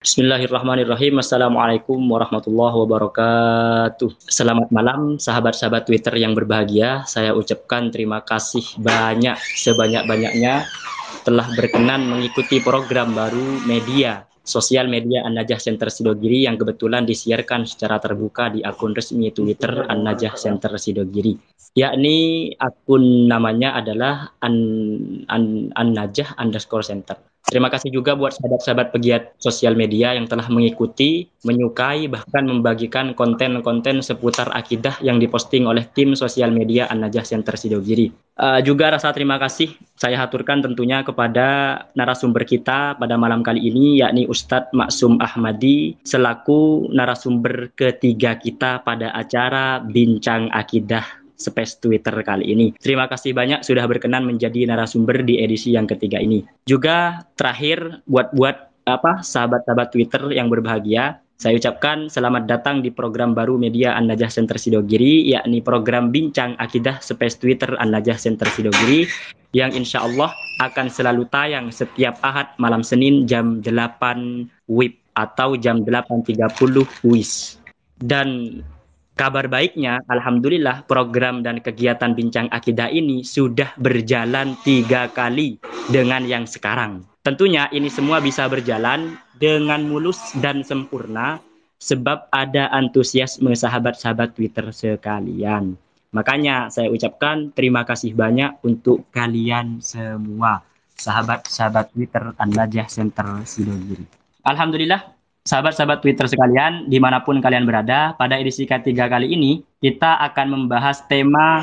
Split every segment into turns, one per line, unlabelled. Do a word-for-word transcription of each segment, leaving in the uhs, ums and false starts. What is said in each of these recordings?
Bismillahirrahmanirrahim. Assalamualaikum warahmatullahi wabarakatuh. Selamat malam sahabat-sahabat Twitter yang berbahagia. Saya ucapkan terima kasih banyak sebanyak-banyaknya telah berkenan mengikuti program baru media sosial media An-Najah Center Sidogiri yang kebetulan disiarkan secara terbuka di akun resmi Twitter An-Najah Center Sidogiri. Yakni akun namanya adalah An, An, An-Najah underscore Center. Terima kasih juga buat sahabat-sahabat pegiat sosial media yang telah mengikuti, menyukai, bahkan membagikan konten-konten seputar akidah yang diposting oleh tim sosial media An-Najah Center Sidogiri. Uh, juga rasa terima kasih saya haturkan tentunya kepada narasumber kita pada malam kali ini, yakni Ustadz Maksum Ahmadi, selaku narasumber ketiga kita pada acara Bincang Akidah Space Twitter kali ini. Terima kasih banyak sudah berkenan menjadi narasumber di edisi yang ketiga ini. Juga terakhir buat-buat apa sahabat-sahabat Twitter yang berbahagia, saya ucapkan selamat datang di program baru media An-Najah Center Sidogiri, yakni program Bincang Akidah Space Twitter An-Najah Center Sidogiri, yang insya Allah akan selalu tayang setiap Ahad malam Senin jam delapan W I B atau jam delapan tiga puluh W I S. Dan kabar baiknya, alhamdulillah program dan kegiatan Bincang Akidah ini sudah berjalan tiga kali dengan yang sekarang. Tentunya ini semua bisa berjalan dengan mulus dan sempurna sebab ada antusiasme sahabat-sahabat Twitter sekalian. Makanya saya ucapkan terima kasih banyak untuk kalian semua, sahabat-sahabat Twitter An-Najah Center Sidogiri. Alhamdulillah, sahabat-sahabat Twitter sekalian, dimanapun kalian berada, pada edisi ketiga kali ini, kita akan membahas tema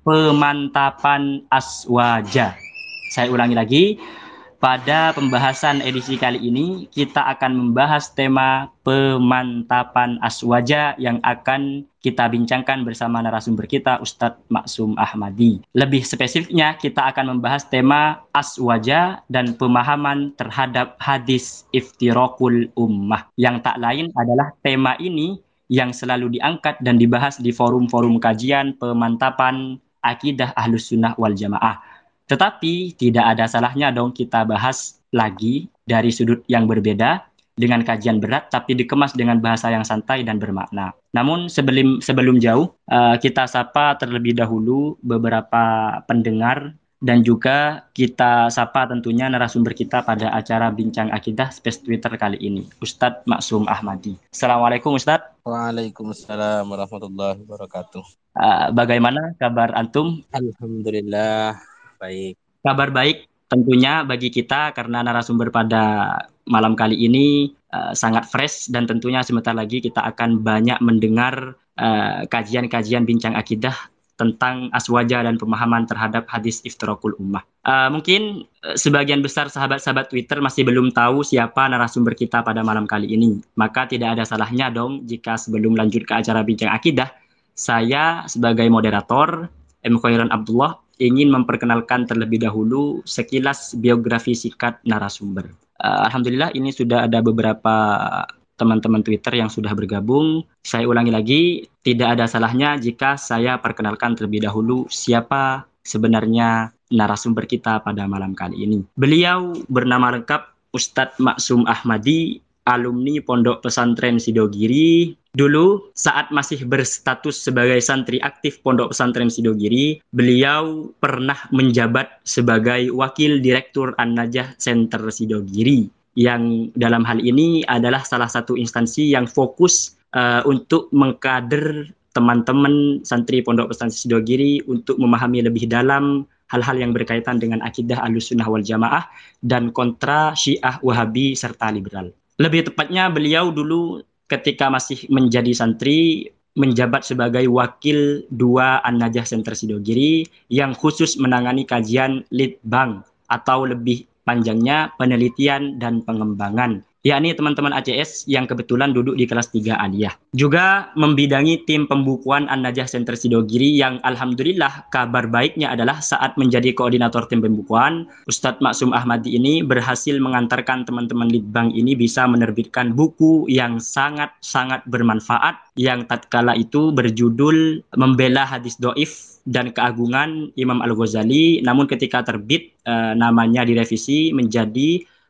pemantapan aswaja. Saya ulangi lagi, pada pembahasan edisi kali ini, kita akan membahas tema pemantapan aswaja yang akan kita bincangkan bersama narasumber kita, Ustadz Maksum Ahmadi. Lebih spesifiknya, kita akan membahas tema aswaja dan pemahaman terhadap hadis iftiraqul ummah. Yang tak lain adalah tema ini yang selalu diangkat dan dibahas di forum-forum kajian pemantapan akidah Ahlus Sunnah wal Jamaah. Tetapi tidak ada salahnya dong kita bahas lagi dari sudut yang berbeda dengan kajian berat tapi dikemas dengan bahasa yang santai dan bermakna. Namun sebelum sebelum jauh uh, kita sapa terlebih dahulu beberapa pendengar dan juga kita sapa tentunya narasumber kita pada acara Bincang Akidah Space Twitter kali ini, Ustadz Maksum Ahmadi. Assalamualaikum Ustadz.
Waalaikumsalam warahmatullahi wabarakatuh.
Uh, bagaimana kabar antum?
Alhamdulillah baik.
Kabar baik tentunya bagi kita karena narasumber pada malam kali ini uh, sangat fresh dan tentunya sebentar lagi kita akan banyak mendengar uh, kajian-kajian bincang akidah tentang aswaja dan pemahaman terhadap hadis iftiraqul ummah. Uh, mungkin uh, sebagian besar sahabat-sahabat Twitter masih belum tahu siapa narasumber kita pada malam kali ini. Maka tidak ada salahnya dong jika sebelum lanjut ke acara bincang akidah, saya sebagai moderator M. Khairan Abdullah ingin memperkenalkan terlebih dahulu sekilas biografi singkat narasumber. Uh, Alhamdulillah ini sudah ada beberapa teman-teman Twitter yang sudah bergabung. Saya ulangi lagi, tidak ada salahnya jika saya perkenalkan terlebih dahulu siapa sebenarnya narasumber kita pada malam kali ini. Beliau bernama lengkap Ustadz Maksum Ahmadi, alumni Pondok Pesantren Sidogiri. Dulu saat masih berstatus sebagai santri aktif Pondok Pesantren Sidogiri, beliau pernah menjabat sebagai Wakil Direktur An-Najah Center Sidogiri, yang dalam hal ini adalah salah satu instansi yang fokus uh, untuk mengkader teman-teman santri Pondok Pesantren Sidogiri untuk memahami lebih dalam hal-hal yang berkaitan dengan akidah Ahlus Sunnah wal Jamaah dan kontra Syiah Wahabi serta liberal. Lebih tepatnya beliau dulu ketika masih menjadi santri menjabat sebagai wakil dua An-Najah Center Sidogiri yang khusus menangani kajian litbang atau lebih panjangnya penelitian dan pengembangan, yakni teman-teman A C S yang kebetulan duduk di kelas tiga Aliyah. Juga membidangi tim pembukuan An-Najah Center Sidogiri yang alhamdulillah kabar baiknya adalah saat menjadi koordinator tim pembukuan, Ustadz Maksum Ahmadi ini berhasil mengantarkan teman-teman Litbang ini bisa menerbitkan buku yang sangat-sangat bermanfaat yang tatkala itu berjudul Membela Hadis Doif dan Keagungan Imam Al-Ghazali, namun ketika terbit eh, namanya direvisi menjadi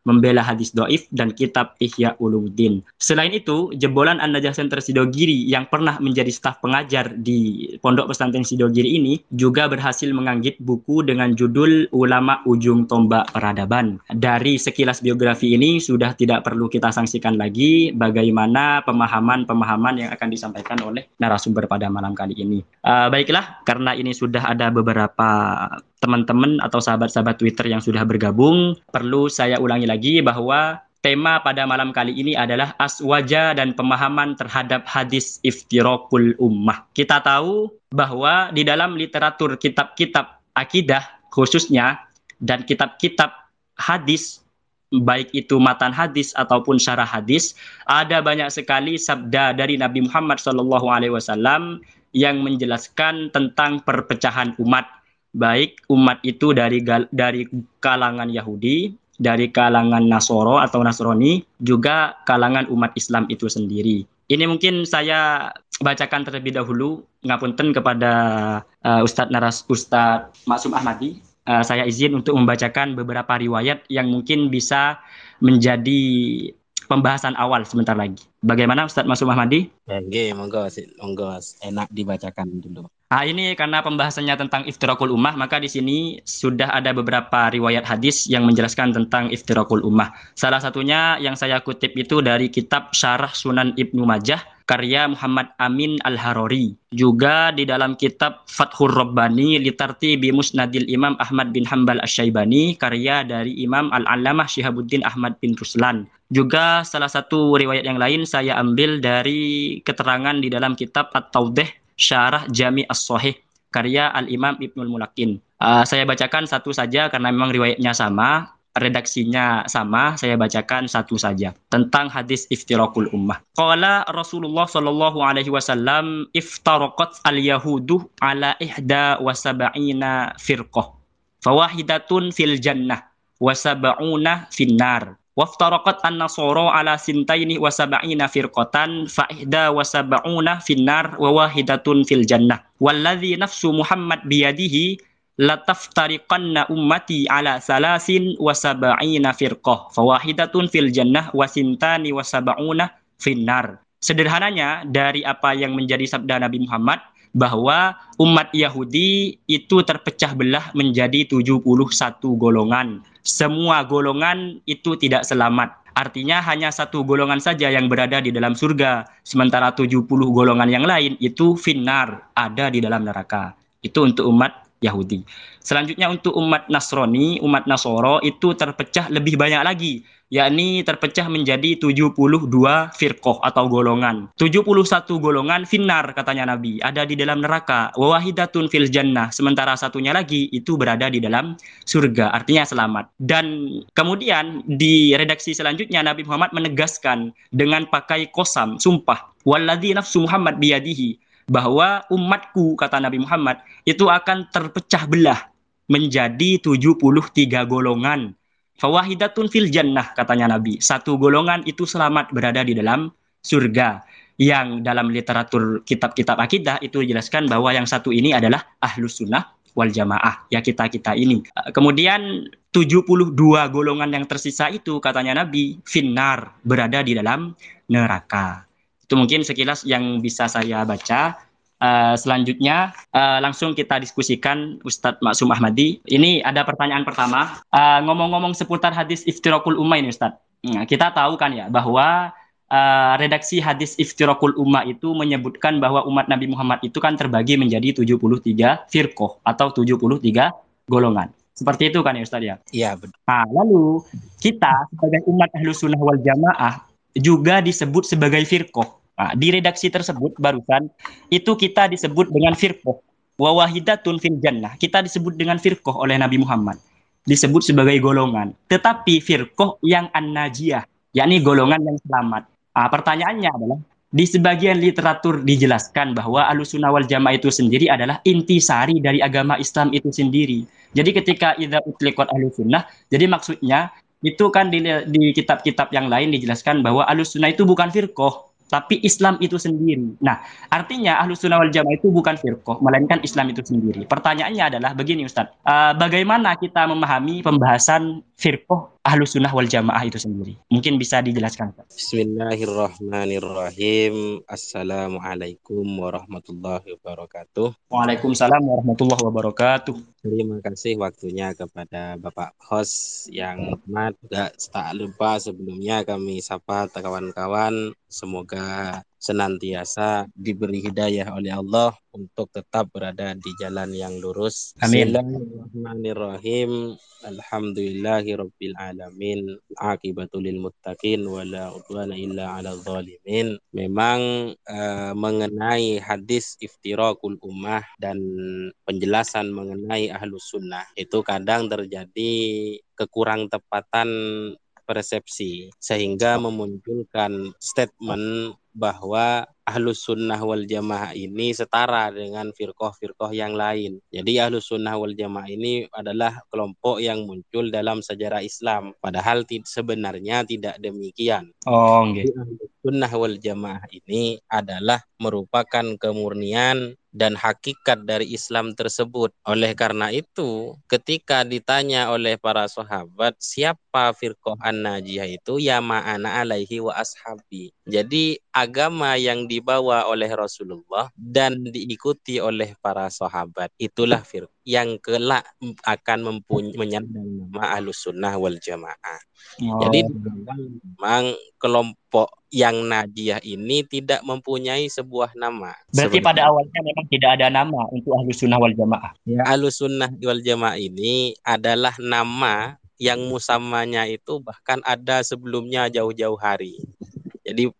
membela hadis doif, dan kitab Ihya Ulumuddin. Selain itu, jebolan An-Najah Center Sidogiri yang pernah menjadi staf pengajar di Pondok Pesantren Sidogiri ini juga berhasil menganggit buku dengan judul Ulama Ujung Tombak Peradaban. Dari sekilas biografi ini sudah tidak perlu kita sangsikan lagi bagaimana pemahaman-pemahaman yang akan disampaikan oleh narasumber pada malam kali ini. Uh, baiklah, karena ini sudah ada beberapa teman-teman atau sahabat-sahabat Twitter yang sudah bergabung, perlu saya ulangi lagi bahwa tema pada malam kali ini adalah aswaja dan pemahaman terhadap hadis iftiraqul ummah. Kita tahu bahwa di dalam literatur kitab-kitab akidah khususnya dan kitab-kitab hadis, baik itu matan hadis ataupun syarah hadis, ada banyak sekali sabda dari Nabi Muhammad shallallahu alaihi wasallam yang menjelaskan tentang perpecahan umat. Baik umat itu dari dari kalangan Yahudi, dari kalangan Nasoro atau Nasrani, juga kalangan umat Islam itu sendiri. Ini mungkin saya bacakan terlebih dahulu, ngapunten kepada uh, Ustadz Naras Ustadz Maksum Ahmadi. Uh, saya izin untuk membacakan beberapa riwayat yang mungkin bisa menjadi pembahasan awal sebentar lagi. Bagaimana Ustadz Maksum Ahmadi?
Oke, monggo, monggo, enak dibacakan dulu.
Nah, ini karena pembahasannya tentang iftiraqul ummah, maka di sini sudah ada beberapa riwayat hadis yang menjelaskan tentang iftiraqul ummah. Salah satunya yang saya kutip itu dari kitab Syarah Sunan Ibnu Majah, karya Muhammad Amin Al-Harori. Juga di dalam kitab Fathur Rabbani Litartibi Musnadil Imam Ahmad bin Hanbal Asy-Syaibani, karya dari Imam Al-Allamah Syihabuddin Ahmad bin Ruslan. Juga salah satu riwayat yang lain saya ambil dari keterangan di dalam kitab At-Tawdih Syarah Jami' As-Shahih, karya Al-Imam Ibnul Mulakin. Uh, saya bacakan satu saja karena memang riwayatnya sama, redaksinya sama, saya bacakan satu saja tentang hadis iftiraqul ummah. Qala Rasulullah sallallahu alaihi wasallam iftaraqat al-yahudu ala ihda wa sab'ina firqah. Fawahidatun fil jannah wa sab'una fin nar. Waftaraqat an-nasara ala sintaini wa sab'ina firqatan fa ihda wa sab'una finnar wa wahidatun fil jannah wallazi nafsu Muhammad biyadihi lataftariqanna ummati ala salasin wa sab'ina firqah fa wahidatun fil jannah wa sintani wa sab'una finnar. Sederhananya dari apa yang menjadi sabda Nabi Muhammad bahwa umat Yahudi itu terpecah belah menjadi tujuh puluh satu golongan. Semua golongan itu tidak selamat. Artinya hanya satu golongan saja yang berada di dalam surga. Sementara tujuh puluh golongan yang lain itu finnar, ada di dalam neraka. Itu untuk umat Yahudi. Selanjutnya untuk umat Nasrani, umat Nasoro itu terpecah lebih banyak lagi, yakni terpecah menjadi tujuh puluh dua firqoh atau golongan. tujuh puluh satu golongan finnar katanya Nabi, ada di dalam neraka. Wa wahidatun fil jannah, sementara satunya lagi itu berada di dalam surga, artinya selamat. Dan kemudian di redaksi selanjutnya Nabi Muhammad menegaskan dengan pakai qasam, sumpah, walladzi nafsu Muhammad biyadihi, bahwa umatku, kata Nabi Muhammad, itu akan terpecah belah menjadi tujuh puluh tiga golongan. Fawahidatun fil jannah, katanya Nabi. Satu golongan itu selamat berada di dalam surga. Yang dalam literatur kitab-kitab akidah itu dijelaskan bahwa yang satu ini adalah ahlus sunnah wal jamaah. Ya kita-kita ini. Kemudian tujuh puluh dua golongan yang tersisa itu, katanya Nabi, finnar, berada di dalam neraka. Itu mungkin sekilas yang bisa saya baca. Uh, selanjutnya uh, langsung kita diskusikan Ustadz Maksum Ahmadi. Ini ada pertanyaan pertama. Uh, ngomong-ngomong seputar hadis iftiraqul ummah ini Ustadz. Nah, kita tahu kan ya bahwa uh, redaksi hadis iftiraqul ummah itu menyebutkan bahwa umat Nabi Muhammad itu kan terbagi menjadi tujuh puluh tiga firqoh atau tujuh puluh tiga golongan. Seperti itu kan ya Ustadz ya?
Iya, betul.
Nah, lalu kita sebagai umat Ahlus Sunnah wal Jamaah juga disebut sebagai firqoh. Nah, di redaksi tersebut barusan itu kita disebut dengan firqoh. Wa wahidatun fil jannah. Kita disebut dengan firqoh oleh Nabi Muhammad. Disebut sebagai golongan. Tetapi firqoh yang an-najiyah, yakni golongan yang selamat. Nah, pertanyaannya adalah di sebagian literatur dijelaskan bahwa Ahlussunnah wal Jamaah itu sendiri adalah intisari dari agama Islam itu sendiri. Jadi ketika idza utliqat Ahlussunnah, jadi maksudnya itu kan di, di kitab-kitab yang lain dijelaskan bahwa Ahlussunnah itu bukan firqoh, tapi Islam itu sendiri. Nah, artinya Ahlussunnah wal Jamaah itu bukan firqoh, melainkan Islam itu sendiri. Pertanyaannya adalah begini Ustaz, uh, bagaimana kita memahami pembahasan firqoh Ahlus Sunnah wal Jamaah itu sendiri? Mungkin bisa dijelaskan, Pak.
Bismillahirrahmanirrahim. Assalamualaikum warahmatullahi wabarakatuh.
Waalaikumsalam warahmatullahi wabarakatuh.
Terima kasih waktunya kepada Bapak host yang hormat. Tidak tak lupa sebelumnya kami sapa kawan-kawan. Semoga senantiasa diberi hidayah oleh Allah untuk tetap berada di jalan yang lurus.
Amin.
Bismillahirrahmanirrahim. Alhamdulillahirabbil alamin. Aqibatul lil muttaqin wala udwana illa 'alal zalimin. Memang uh, mengenai hadis iftirakul ummah dan penjelasan mengenai ahlus sunnah itu kadang terjadi kekurang tepatan persepsi sehingga memunculkan statement bahwa ahlus sunnah wal jamaah ini setara dengan firqah-firqah yang lain. Jadi ahlus sunnah wal jamaah ini adalah kelompok yang muncul dalam sejarah Islam. Padahal t- sebenarnya tidak demikian.
Oh, okay.
Jadi ahlus sunnah wal jamaah ini adalah merupakan kemurnian dan hakikat dari Islam tersebut. Oleh karena itu, ketika ditanya oleh para sahabat, siapa firqah an-najiyah itu? Ya ma'ana alaihi wa ashabi. Jadi agama yang dibawa oleh Rasulullah dan diikuti oleh para sahabat, itulah firqah yang kelak akan mempunyai menyandang nama ahlus sunnah wal jamaah.
Oh.
Jadi memang kelompok yang najiyah ini tidak mempunyai sebuah nama.
Berarti
Sebenarnya,
pada awalnya memang tidak ada nama untuk Ahlus Sunnah wal Jamaah.
Ya, Ahlus Sunnah wal Jamaah ini adalah nama yang musamanya itu bahkan ada sebelumnya jauh-jauh hari. Jadi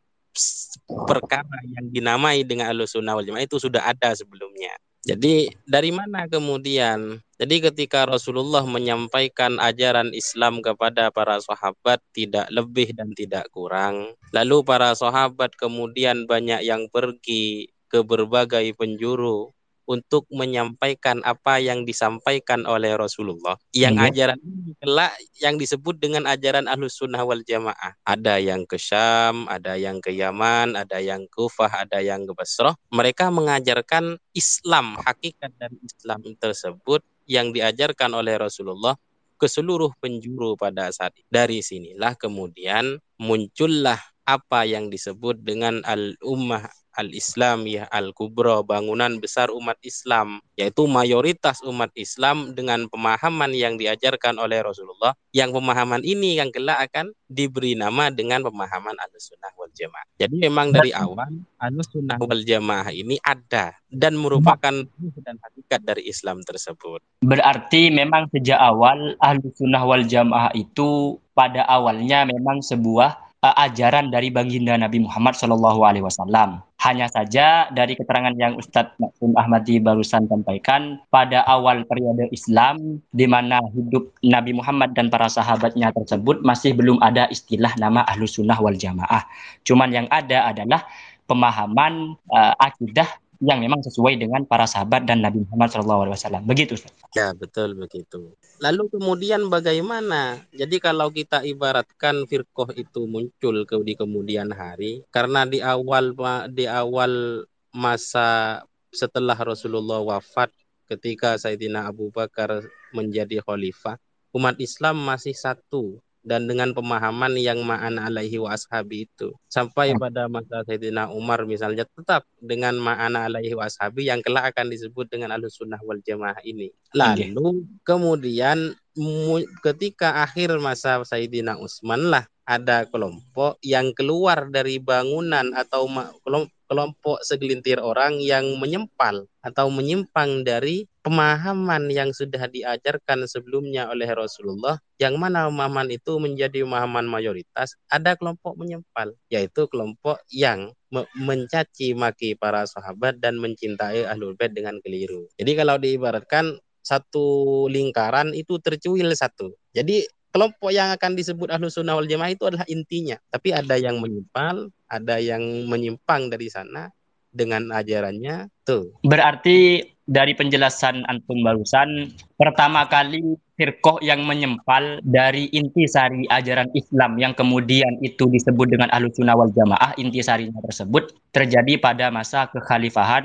perkara yang dinamai dengan Ahlus Sunnah wal Jamaah itu sudah ada sebelumnya. Jadi dari mana kemudian? Jadi ketika Rasulullah menyampaikan ajaran Islam kepada para sahabat tidak lebih dan tidak kurang. Lalu para sahabat kemudian banyak yang pergi ke berbagai penjuru untuk menyampaikan apa yang disampaikan oleh Rasulullah. Yang
Iya.
ajaran ini kelak yang disebut dengan ajaran Ahlus Sunnah wal Jamaah. Ada yang ke Syam, ada yang ke Yaman, ada yang ke Kufah, ada yang ke Basrah. Mereka mengajarkan Islam, hakikat dari Islam tersebut yang diajarkan oleh Rasulullah ke seluruh penjuru pada saat itu. Dari sinilah kemudian muncullah apa yang disebut dengan al-ummah al-Islamiyah al-Kubra, bangunan besar umat Islam, yaitu mayoritas umat Islam dengan pemahaman yang diajarkan oleh Rasulullah, yang pemahaman ini yang kelak akan diberi nama dengan pemahaman Ahlus Sunnah wal Jamaah. Jadi memang dari awal Ahlus Sunnah wal Jamaah ini ada dan merupakan dan hakikat dari Islam tersebut.
Berarti memang sejak awal Ahlus Sunnah wal Jamaah itu pada awalnya memang sebuah uh, ajaran dari baginda Nabi Muhammad shallallahu alaihi wasallam. Hanya saja dari keterangan yang Ustadz Maksum Ahmadi barusan sampaikan, pada awal periode Islam di mana hidup Nabi Muhammad dan para sahabatnya tersebut masih belum ada istilah nama Ahlus Sunnah wal Jamaah. Cuman yang ada adalah pemahaman uh, akidah yang memang sesuai dengan para sahabat dan Nabi Muhammad shallallahu alaihi wasallam. Begitu, Ustaz?
Ya, betul begitu. Lalu kemudian bagaimana? Jadi kalau kita ibaratkan firqah itu muncul ke di kemudian hari, karena di awal di awal masa setelah Rasulullah wafat, ketika Sayyidina Abu Bakar menjadi khalifah, umat Islam masih satu dan dengan pemahaman yang ma'ana alaihi wa ashabi itu. Sampai pada masa Sayyidina Umar misalnya tetap dengan ma'ana alaihi wa ashabi yang kelak akan disebut dengan Ahlus Sunnah wal Jamaah ini. Lalu kemudian ketika akhir masa Sayyidina Utsman lah ada kelompok yang keluar dari bangunan atau kelompok segelintir orang yang menyempal atau menyimpang dari pemahaman yang sudah diajarkan sebelumnya oleh Rasulullah, yang mana pemahaman itu menjadi pemahaman mayoritas. Ada kelompok menyempal, yaitu kelompok yang me- mencaci maki para sahabat dan mencintai Ahlul Bait dengan keliru. Jadi kalau diibaratkan satu lingkaran itu tercuil satu. Jadi kelompok yang akan disebut Ahlus Sunnah wal Jamaah itu adalah intinya. Tapi ada yang menyimpang, ada yang menyimpang dari sana dengan ajarannya tuh.
Berarti dari penjelasan antum barusan, pertama kali firqah yang menyempal dari intisari ajaran Islam yang kemudian itu disebut dengan Ahlus Sunnah wal Jamaah, intisarinya tersebut terjadi pada masa kekhalifahan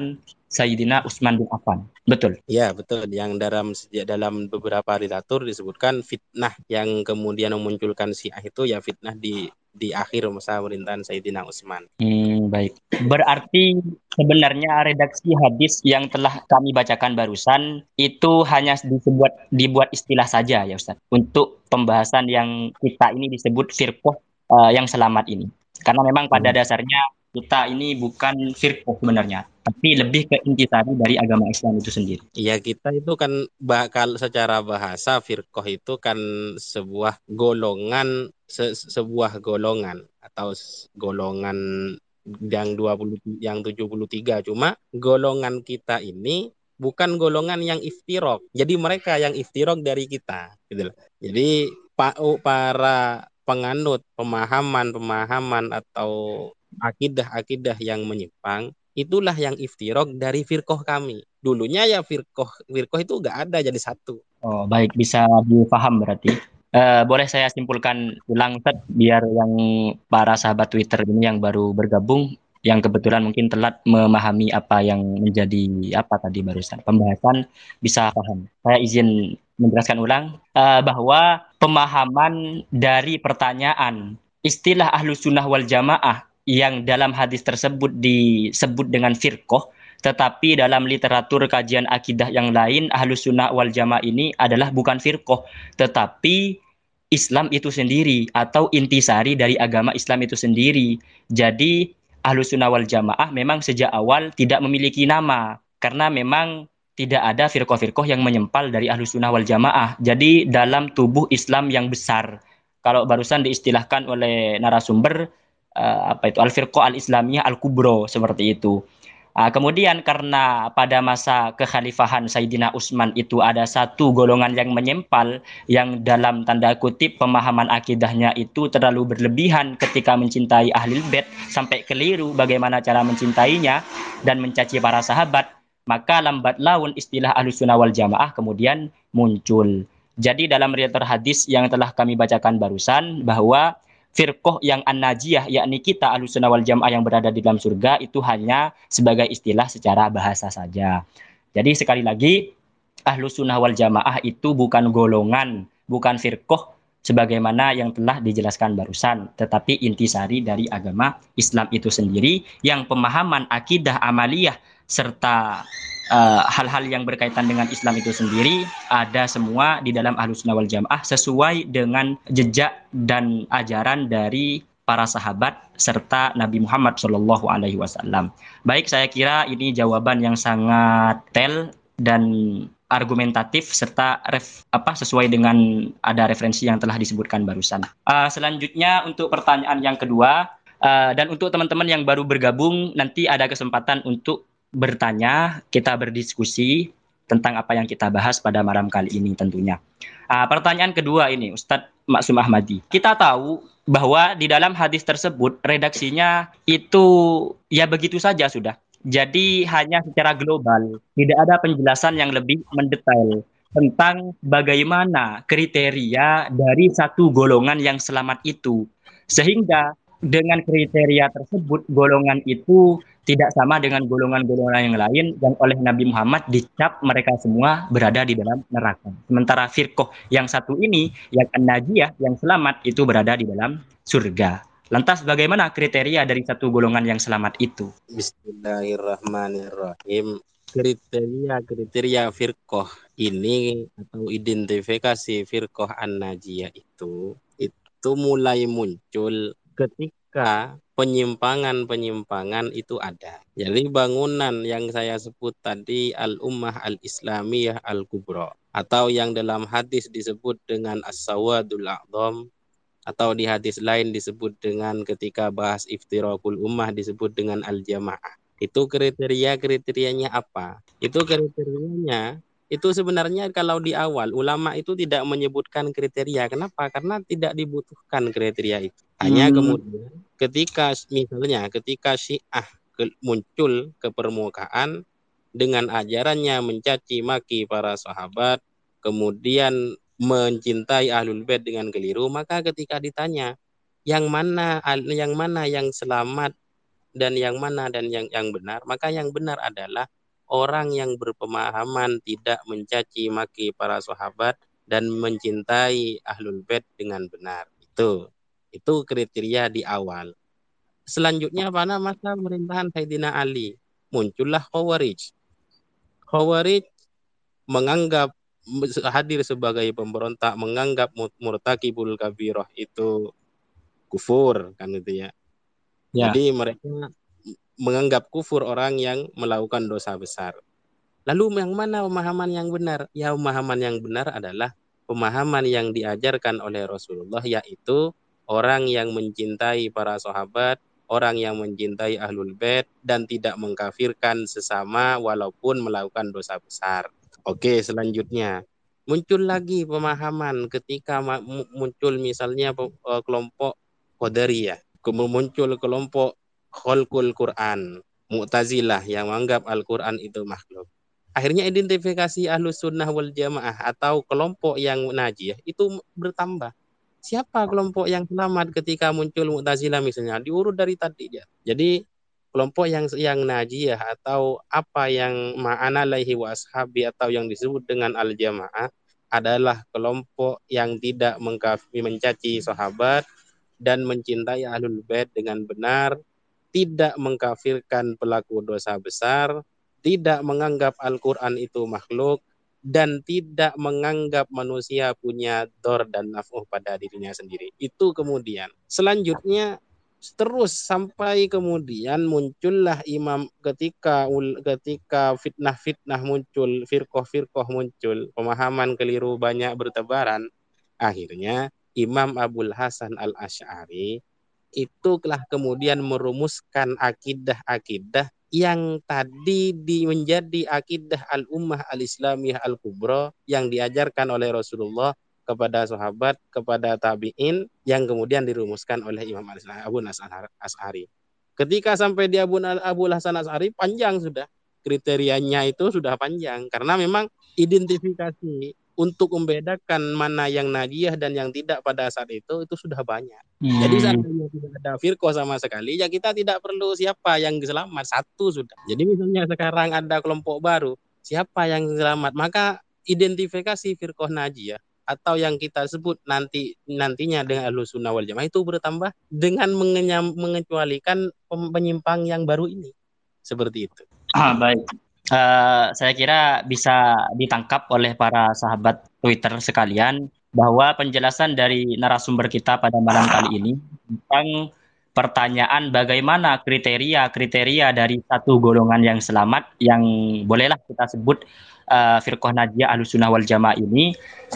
Sayyidina Utsman bin Affan. Betul.
Ya, betul. Yang dalam dalam beberapa literatur disebutkan fitnah yang kemudian memunculkan Syiah itu ya fitnah di di akhir masa pemerintahan Sayyidina Utsman.
Hmm, baik. Berarti sebenarnya redaksi hadis yang telah kami bacakan barusan itu hanya dibuat dibuat istilah saja ya Ustaz. Untuk pembahasan yang kita ini disebut firqah eh, yang selamat ini. Karena memang pada dasarnya kita ini bukan firqah sebenarnya, tapi lebih ke intisari dari agama Islam itu sendiri.
Ya, kita itu kan bakal secara bahasa firqah itu kan sebuah golongan se- sebuah golongan atau s- golongan yang dua puluh yang tujuh puluh tiga, cuma golongan kita ini bukan golongan yang iftirok. Jadi mereka yang iftirok dari kita gitu loh. Jadi pa- oh, para penganut pemahaman-pemahaman atau akidah-akidah yang menyimpang itulah yang iftirok dari firqah kami. Dulunya ya firqah firqah itu enggak ada jadi satu.
Oh, baik, bisa dipaham berarti. Eh, boleh saya simpulkan ulang, Ustaz, biar yang para sahabat Twitter ini yang baru bergabung, yang kebetulan mungkin telat memahami apa yang menjadi apa tadi barusan pembahasan, bisa paham. Saya izin menjelaskan ulang eh, bahwa pemahaman dari pertanyaan istilah Ahlus Sunnah wal Jamaah yang dalam hadis tersebut disebut dengan firqah, tetapi dalam literatur kajian akidah yang lain, Ahlus Sunnah wal Jamaah ini adalah bukan firqah, tetapi Islam itu sendiri atau intisari dari agama Islam itu sendiri. Jadi Ahlus Sunnah wal Jamaah memang sejak awal tidak memiliki nama karena memang tidak ada firqah-firqah yang menyempal dari Ahlus Sunnah wal Jamaah. Jadi dalam tubuh Islam yang besar. Kalau barusan diistilahkan oleh narasumber eh, apa itu Al-Firqah Al-Islamiyah Al-Kubro seperti itu. Ah, kemudian karena pada masa kekhalifahan Sayyidina Utsman itu ada satu golongan yang menyempal yang dalam tanda kutip pemahaman akidahnya itu terlalu berlebihan ketika mencintai Ahlul Bait sampai keliru bagaimana cara mencintainya dan mencaci para sahabat, maka lambat laun istilah Ahlus Sunnah wal Jamaah kemudian muncul. Jadi dalam riwayat hadis yang telah kami bacakan barusan bahwa firqoh yang an-najiyah, yakni kita Ahlussunnah wal Jamaah yang berada di dalam surga, itu hanya sebagai istilah secara bahasa saja. Jadi sekali lagi, Ahlussunnah wal Jamaah itu bukan golongan, bukan firqoh sebagaimana yang telah dijelaskan barusan, tetapi intisari dari agama Islam itu sendiri yang pemahaman akidah amaliyah serta eh, hal-hal uh, yang berkaitan dengan Islam itu sendiri ada semua di dalam Ahlus Sunnah wal Jamaah sesuai dengan jejak dan ajaran dari para sahabat serta Nabi Muhammad Shallallahu Alaihi Wasallam. Baik, saya kira ini jawaban yang sangat tel dan argumentatif serta ref, apa sesuai dengan ada referensi yang telah disebutkan barusan. Uh, selanjutnya untuk pertanyaan yang kedua uh, dan untuk teman-teman yang baru bergabung nanti ada kesempatan untuk bertanya, kita berdiskusi tentang apa yang kita bahas pada malam kali ini tentunya. Uh, pertanyaan kedua ini, Ustadz Maksum Ahmadi. Kita tahu bahwa di dalam hadis tersebut redaksinya itu ya begitu saja sudah. Jadi hanya secara global, tidak ada penjelasan yang lebih mendetail tentang bagaimana kriteria dari satu golongan yang selamat itu. Sehingga dengan kriteria tersebut, golongan itu tidak sama dengan golongan-golongan yang lain yang oleh Nabi Muhammad dicap mereka semua berada di dalam neraka. Sementara firqoh yang satu ini, yang an-najiyah, yang selamat, itu berada di dalam surga. Lantas bagaimana kriteria dari satu golongan yang selamat itu?
Bismillahirrahmanirrahim. Kriteria-kriteria firqoh ini atau identifikasi firqoh an-najiyah itu itu mulai muncul ketika penyimpangan-penyimpangan itu ada. Jadi bangunan yang saya sebut tadi Al-Ummah Al-Islamiyah Al-Kubra atau yang dalam hadis disebut dengan As-Sawadul A'zam atau di hadis lain disebut dengan ketika bahas iftirakul ummah disebut dengan al-jamaah. Itu kriteria-kriterianya apa? Itu kriterianya itu sebenarnya kalau di awal ulama itu tidak menyebutkan kriteria. Kenapa? Karena tidak dibutuhkan kriteria itu. Hanya
Hmm,
kemudian ketika misalnya ketika Syiah muncul ke permukaan dengan ajarannya mencaci maki para sahabat, kemudian mencintai ahlul bait dengan keliru, maka ketika ditanya yang mana yang mana yang selamat dan yang mana dan yang yang benar, maka yang benar adalah orang yang berpemahaman tidak mencaci maki para sahabat dan mencintai ahlul bait dengan benar. Itu itu kriteria di awal. Selanjutnya pada masa pemerintahan Sayyidina Ali muncullah Khawarij. Khawarij menganggap hadir sebagai pemberontak, menganggap murtakibul kabirah itu kufur kan itu ya.
Ya.
Jadi mereka menganggap kufur orang yang melakukan dosa besar. Lalu yang mana pemahaman yang benar? Ya, pemahaman yang benar adalah pemahaman yang diajarkan oleh Rasulullah, yaitu orang yang mencintai para sahabat, orang yang mencintai ahlul bait dan tidak mengkafirkan sesama walaupun melakukan dosa besar. Oke, selanjutnya muncul lagi pemahaman ketika muncul misalnya kelompok Qadariyah, kemudian muncul kelompok Khalqul Quran, Mu'tazilah yang menganggap Al-Quran itu makhluk. Akhirnya identifikasi Ahlus Sunnah wal Jamaah atau kelompok yang najiyah itu bertambah. Siapa kelompok yang selamat ketika muncul Mu'tazilah misalnya? Diurut dari tadi ya. Jadi kelompok yang yang najiyah atau apa yang ma'ana alaihi wa ashabi atau yang disebut dengan Al-Jamaah adalah kelompok yang tidak mengkafir, mencaci sahabat dan mencintai Ahlul Bait dengan benar, tidak mengkafirkan pelaku dosa besar, tidak menganggap Al-Quran itu makhluk, dan tidak menganggap manusia punya dor dan naf'uh pada dirinya sendiri. Itu kemudian. Selanjutnya terus sampai kemudian muncullah imam ketika ketika fitnah-fitnah muncul, firqah-firqah muncul, pemahaman keliru banyak bertebaran. Akhirnya Imam Abul Hasan Al-Asy'ari itulah kemudian merumuskan akidah-akidah yang tadi di menjadi akidah al-ummah al-islamiyah al-kubra yang diajarkan oleh Rasulullah kepada sahabat, kepada tabi'in, yang kemudian dirumuskan oleh Imam Abu Hasan Asy'ari. Ketika sampai di Abu Abu Hasan Asy'ari panjang sudah, kriterianya itu sudah panjang karena memang identifikasi untuk membedakan mana yang najiyah dan yang tidak pada saat itu itu sudah banyak. Hmm. Jadi seandainya tidak ada firqah sama sekali, ya kita tidak perlu siapa yang selamat, satu sudah. Jadi misalnya sekarang ada kelompok baru, siapa yang selamat, maka identifikasi firqah najiyah atau yang kita sebut nanti nantinya dengan Ahlus Sunnah wal Jamaah itu bertambah dengan mengenyam, mengecualikan penyimpang yang baru ini. Seperti itu.
Ah, baik. Uh, saya kira bisa ditangkap oleh para sahabat Twitter sekalian bahwa penjelasan dari narasumber kita pada malam kali ini tentang pertanyaan bagaimana kriteria-kriteria dari satu golongan yang selamat yang bolehlah kita sebut uh, firqah najiyah Ahlus Sunnah wal Jamaah ini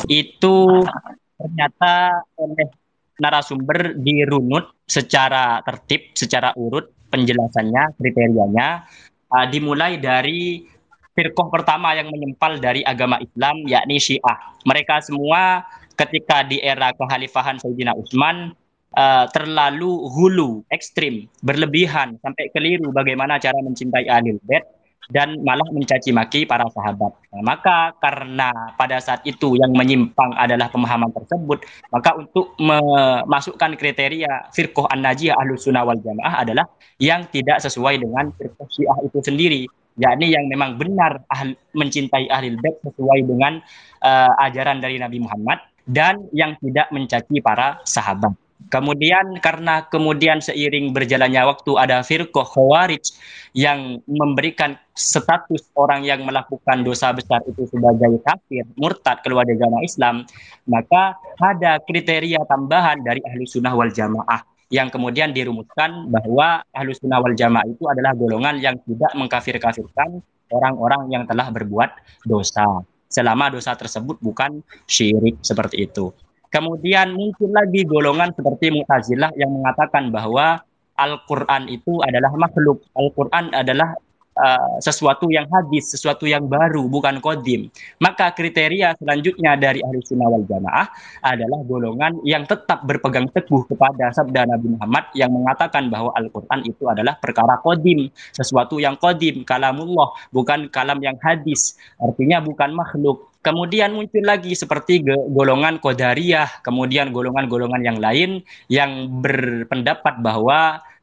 itu ternyata oleh narasumber dirunut secara tertib, secara urut penjelasannya, kriterianya. Uh, dimulai dari firqah pertama yang menyempal dari agama Islam, yakni Syiah. Mereka semua ketika di era kekhalifahan Sayyidina Utsman uh, terlalu hulu, ekstrim, berlebihan, sampai keliru bagaimana cara mencintai Ahlul Bait dan malah mencaci maki para sahabat. Nah, maka karena pada saat itu yang menyimpang adalah pemahaman tersebut, maka untuk memasukkan kriteria firqah an-najiyah Ahlus Sunnah wal Jamaah adalah yang tidak sesuai dengan firqah Syiah itu sendiri, yakni yang memang benar ahl, mencintai Ahlul Bait sesuai dengan uh, ajaran dari Nabi Muhammad dan yang tidak mencaci para sahabat. Kemudian karena kemudian seiring berjalannya waktu ada firqah Khawarij yang memberikan status orang yang melakukan dosa besar itu sebagai kafir, murtad, keluar dari agama Islam, maka ada kriteria tambahan dari Ahlus Sunnah wal Jamaah yang kemudian dirumuskan bahwa Ahlus Sunnah wal Jamaah itu adalah golongan yang tidak mengkafir-kafirkan orang-orang yang telah berbuat dosa, selama dosa tersebut bukan syirik, seperti itu. Kemudian muncul lagi golongan seperti Mu'tazilah yang mengatakan bahwa Al-Quran itu adalah makhluk. Al-Quran adalah uh, sesuatu yang hadis, sesuatu yang baru, bukan qadim. Maka kriteria selanjutnya dari Ahlus Sunnah wal Jamaah adalah golongan yang tetap berpegang teguh kepada sabda Nabi Muhammad yang mengatakan bahwa Al-Quran itu adalah perkara qadim, sesuatu yang qadim, kalamullah, bukan kalam yang hadis, artinya bukan makhluk. Kemudian muncul lagi seperti golongan Qadariyah, kemudian golongan-golongan yang lain yang berpendapat bahwa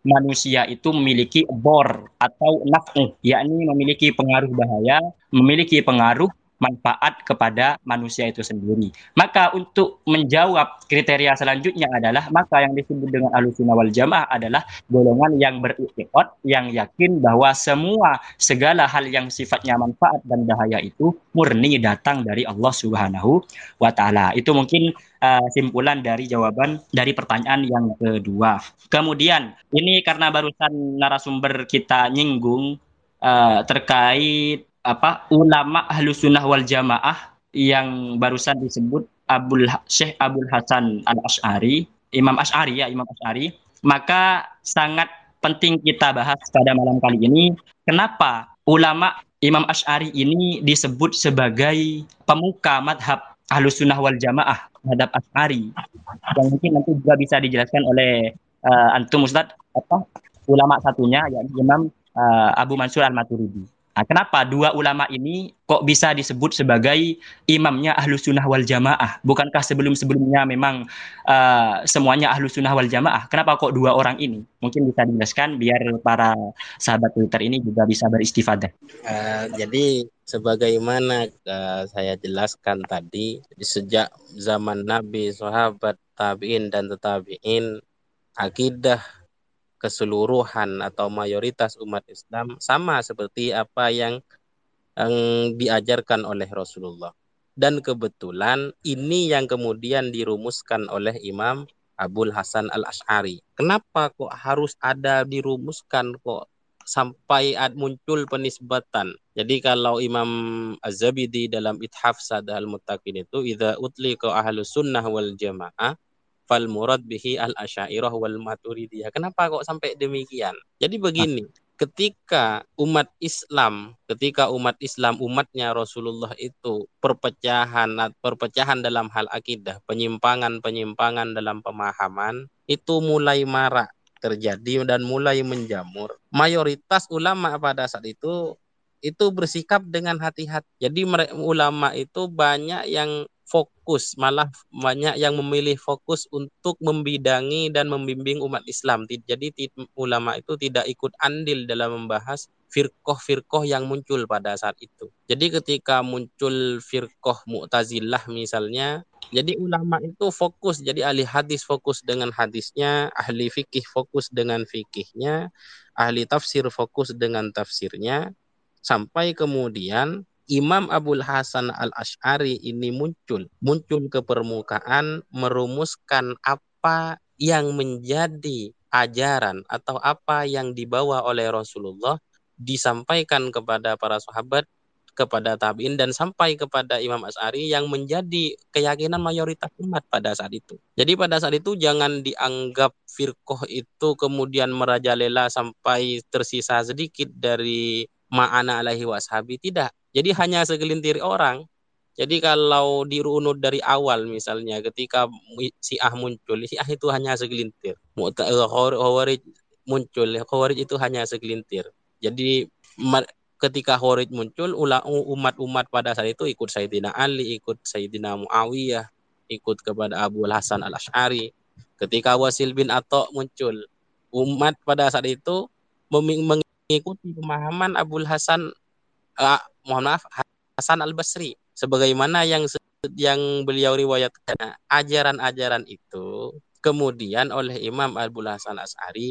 manusia itu memiliki bor atau naf'u, yakni memiliki pengaruh bahaya, memiliki pengaruh manfaat kepada manusia itu sendiri. Maka untuk menjawab kriteria selanjutnya adalah maka yang disebut dengan Ahlussunnah wal Jamaah adalah golongan yang beriktikad, yang yakin bahwa semua segala hal yang sifatnya manfaat dan bahaya itu murni datang dari Allah Subhanahu wa taala. Itu mungkin uh, simpulan dari jawaban dari pertanyaan yang kedua. Kemudian ini karena barusan narasumber kita nyinggung uh, terkait apa ulama Ahlus Sunnah wal Jamaah yang barusan disebut Abul Syekh Abul Hasan Al Asy'ari, Imam Asy'ari ya, Imam Asy'ari, maka sangat penting kita bahas pada malam kali ini kenapa ulama Imam Asy'ari ini disebut sebagai pemuka madhab Ahlus Sunnah wal Jamaah terhadap Asy'ari, yang mungkin nanti juga bisa dijelaskan oleh uh, antum Ustadz apa ulama satunya yakni Imam uh, Abu Mansur Al-Maturidi. Nah, kenapa dua ulama ini kok bisa disebut sebagai imamnya Ahlus Sunnah wal Jamaah? Bukankah sebelum-sebelumnya memang uh, semuanya Ahlus Sunnah wal Jamaah? Kenapa kok dua orang ini? Mungkin bisa dijelaskan biar para sahabat Twitter ini juga bisa beristifadah.
Uh, jadi sebagaimana uh, saya jelaskan tadi, sejak zaman Nabi, sahabat, tabi'in dan tabi'in, akidah keseluruhan atau mayoritas umat Islam sama seperti apa yang, yang diajarkan oleh Rasulullah. Dan kebetulan ini yang kemudian dirumuskan oleh Imam Abul Hasan Al Asy'ari. Kenapa kok harus ada dirumuskan kok sampai muncul penisbatan? Jadi kalau Imam Az-Zabidi dalam Ithaf Sadah Al-Muttaqin itu idza utliqa Ahlus Sunnah wal Jamaah fal murad bihi al asy'ariyah wal maturidiyah. Kenapa kok sampai demikian? Jadi begini, ketika umat Islam, ketika umat Islam umatnya Rasulullah itu perpecahan perpecahan dalam hal akidah, penyimpangan-penyimpangan dalam pemahaman itu mulai marak terjadi dan mulai menjamur. Mayoritas ulama pada saat itu itu bersikap dengan hati-hati. Jadi ulama itu banyak yang fokus, malah banyak yang memilih fokus untuk membidangi dan membimbing umat Islam. Jadi ulama itu tidak ikut andil dalam membahas firqoh-firqoh yang muncul pada saat itu. Jadi ketika muncul firqoh Mu'tazilah misalnya, jadi ulama itu fokus, jadi ahli hadis fokus dengan hadisnya, ahli fikih fokus dengan fikihnya, ahli tafsir fokus dengan tafsirnya, sampai kemudian Imam Abul Hasan Al Asy'ari ini muncul, muncul ke permukaan, merumuskan apa yang menjadi ajaran atau apa yang dibawa oleh Rasulullah, disampaikan kepada para sahabat, kepada tabi'in, dan sampai kepada Imam Asy'ari yang menjadi keyakinan mayoritas umat pada saat itu. Jadi pada saat itu jangan dianggap firqoh itu kemudian merajalela sampai tersisa sedikit dari ma'ana alaihi washabi, tidak. Jadi hanya segelintir orang. Jadi kalau dirunut dari awal misalnya ketika Syiah muncul, Syiah itu hanya segelintir. Khawarij muncul, Khawarij itu hanya segelintir. Jadi ketika Khawarij muncul, umat-umat pada saat itu ikut Sayyidina Ali, ikut Sayyidina Muawiyah, ikut kepada Abu Hasan Al Asy'ari. Ketika Wasil bin Atha muncul, umat pada saat itu mengikuti pemahaman Abul Hasan uh, mohon maaf Hasan Al-Basri, sebagaimana yang yang beliau riwayatkan. Ajaran-ajaran itu kemudian oleh Imam Abul Hasan Asy'ari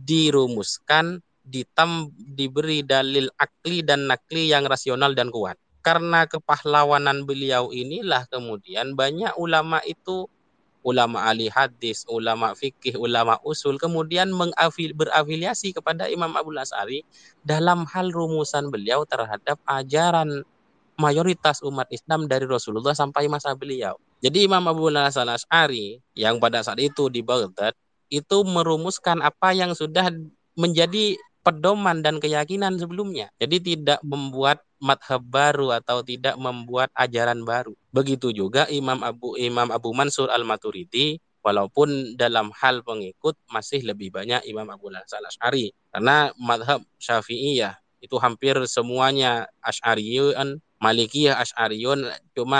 dirumuskan, ditam, diberi dalil akli dan nakli yang rasional dan kuat. Karena kepahlawanan beliau inilah kemudian banyak ulama itu, ulama ahli hadis, ulama fikih, ulama usul, kemudian mengafil, berafiliasi kepada Imam Abul Asy'ari dalam hal rumusan beliau terhadap ajaran mayoritas umat Islam dari Rasulullah sampai masa beliau. Jadi Imam Abul Hasan Asy'ari yang pada saat itu di Baghdad itu merumuskan apa yang sudah menjadi pedoman dan keyakinan sebelumnya. Jadi tidak membuat madhab baru atau tidak membuat ajaran baru. Begitu juga Imam Abu Imam Abu Mansur Al-Maturidi, walaupun dalam hal pengikut masih lebih banyak Imam Abul Hasan Asy'ari. Karena madhab Syafi'iyah itu hampir semuanya Asy'ariyun, Malikiyah Asy'ariyun, cuma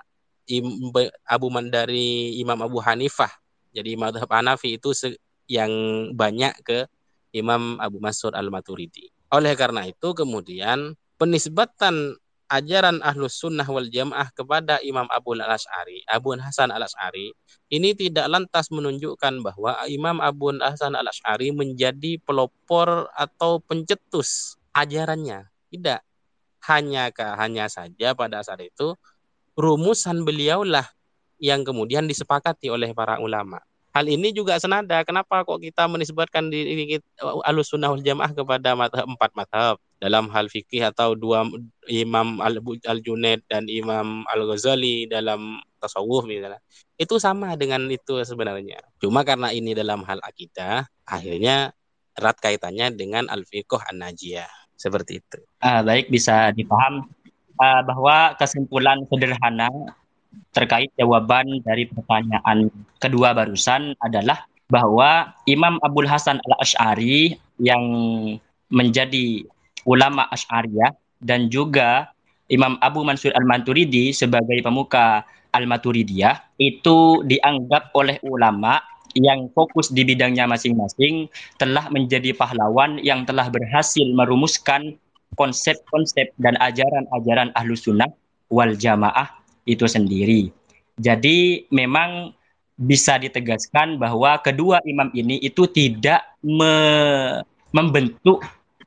Abu Mandari Imam Abu Hanifah. Jadi madhab Hanafi itu yang banyak ke Imam Abu Mansur Al-Maturidi. Oleh karena itu kemudian penisbatan ajaran Ahlus Sunnah wal Jamaah kepada Imam Abu Al-Asy'ari, Abu Hasan Al-Asy'ari, ini tidak lantas menunjukkan bahwa Imam Abu Hasan Al-Asy'ari menjadi pelopor atau pencetus ajarannya. Tidak. Hanya hanya saja pada saat itu rumusan beliaulah yang kemudian disepakati oleh para ulama. Hal ini juga senada. Kenapa kok kita menisbatkan diri Ahlus Sunnah wal Jamaah kepada madhab, empat madhab dalam hal fikih, atau dua Imam Al-Junaid dan Imam Al-Ghazali dalam tasawuf misalnya. Itu sama dengan itu sebenarnya. Cuma karena ini dalam hal akidah, akhirnya erat kaitannya dengan Al-Fiqh An-Najiyah. Seperti itu.
Ah, baik, bisa dipaham uh, bahwa kesimpulan sederhana terkait jawaban dari pertanyaan kedua barusan adalah bahwa Imam Abul Hasan Al-Asy'ari yang menjadi ulama Asy'ariyah dan juga Imam Abu Mansur Al-Maturidi sebagai pemuka Al-Maturidiyah itu dianggap oleh ulama yang fokus di bidangnya masing-masing telah menjadi pahlawan yang telah berhasil merumuskan konsep-konsep dan ajaran-ajaran Ahlus Sunnah wal Jamaah itu sendiri. Jadi memang bisa ditegaskan bahwa kedua imam ini itu tidak me membentuk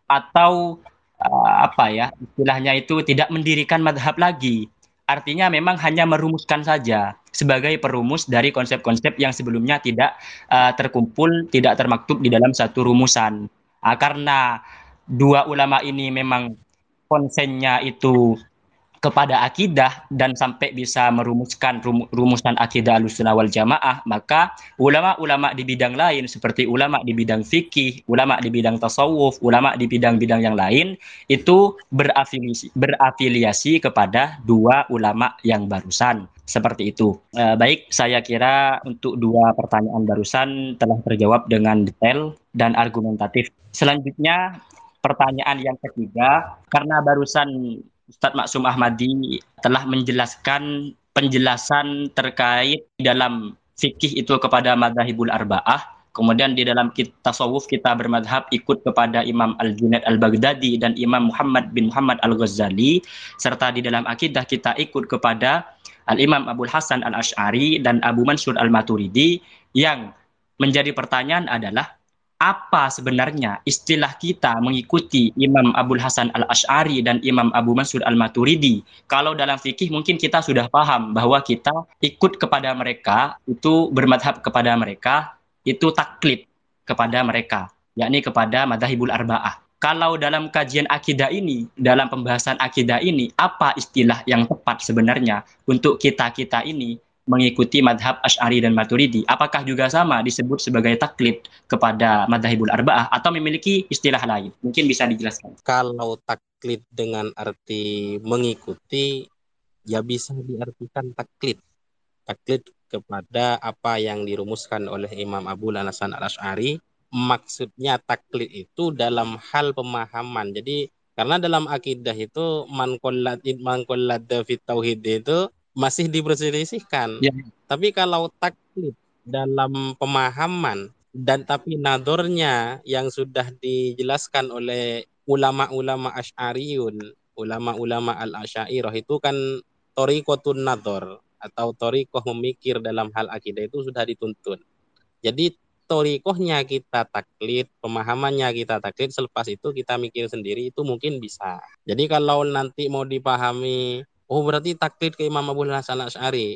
atau uh, apa ya istilahnya itu tidak mendirikan madhab lagi. Artinya memang hanya merumuskan saja sebagai perumus dari konsep-konsep yang sebelumnya tidak uh, terkumpul, tidak termaktub di dalam satu rumusan. Uh, karena dua ulama ini memang konsennya itu kepada akidah dan sampai bisa merumuskan rum, rumusan akidah Ahlussunnah wal Jamaah, maka ulama-ulama di bidang lain seperti ulama di bidang fikih, ulama di bidang tasawuf, ulama di bidang-bidang yang lain itu berafiliasi, berafiliasi kepada dua ulama yang barusan. Seperti itu. E, baik, saya kira untuk dua pertanyaan barusan telah terjawab dengan detail dan argumentatif. Selanjutnya pertanyaan yang ketiga, karena barusan Ustadz Maksum Ahmadi telah menjelaskan penjelasan terkait dalam fikih itu kepada madzhabul arba'ah. Kemudian di dalam tasawuf kita bermadhab ikut kepada Imam Al-Junaid Al-Baghdadi dan Imam Muhammad bin Muhammad Al-Ghazali. Serta di dalam akidah kita ikut kepada Al-Imam Abul Hasan Al-Asy'ari dan Abu Mansur Al-Maturidi. Yang menjadi pertanyaan adalah, apa sebenarnya istilah kita mengikuti Imam Abul Hasan Al-Asy'ari dan Imam Abu Mansur Al-Maturidi? Kalau dalam fikih mungkin kita sudah paham bahwa kita ikut kepada mereka, itu bermadhab kepada mereka, itu taklid kepada mereka, yakni kepada madzhabul arba'ah. Kalau dalam kajian akidah ini, dalam pembahasan akidah ini, apa istilah yang tepat sebenarnya untuk kita-kita ini mengikuti madhab Asy'ari dan Maturidi? Apakah juga sama disebut sebagai taklid kepada madzhabul arba'ah atau memiliki istilah lain? Mungkin bisa dijelaskan.
Kalau taklid dengan arti mengikuti, ya bisa diartikan taklid. Taklid kepada apa yang dirumuskan oleh Imam Abul Hasan Al-Asy'ari. Maksudnya taklid itu dalam hal pemahaman. Jadi karena dalam akidah itu man qallad man qallad fit tauhid itu masih diperselisihkan. Ya. Tapi kalau taklid dalam pemahaman dan tapi nadornya yang sudah dijelaskan oleh ulama-ulama Asy'ariyun, ulama-ulama Al-Asy'ariyah itu kan thariqatun nador atau thariqah memikir dalam hal akidah itu sudah dituntun. Jadi thariqahnya kita taklid, pemahamannya kita taklid, selepas itu kita mikir sendiri itu mungkin bisa. Jadi kalau nanti mau dipahami, oh berarti taklid ke Imam Abul Hasan Al-Asy'ari,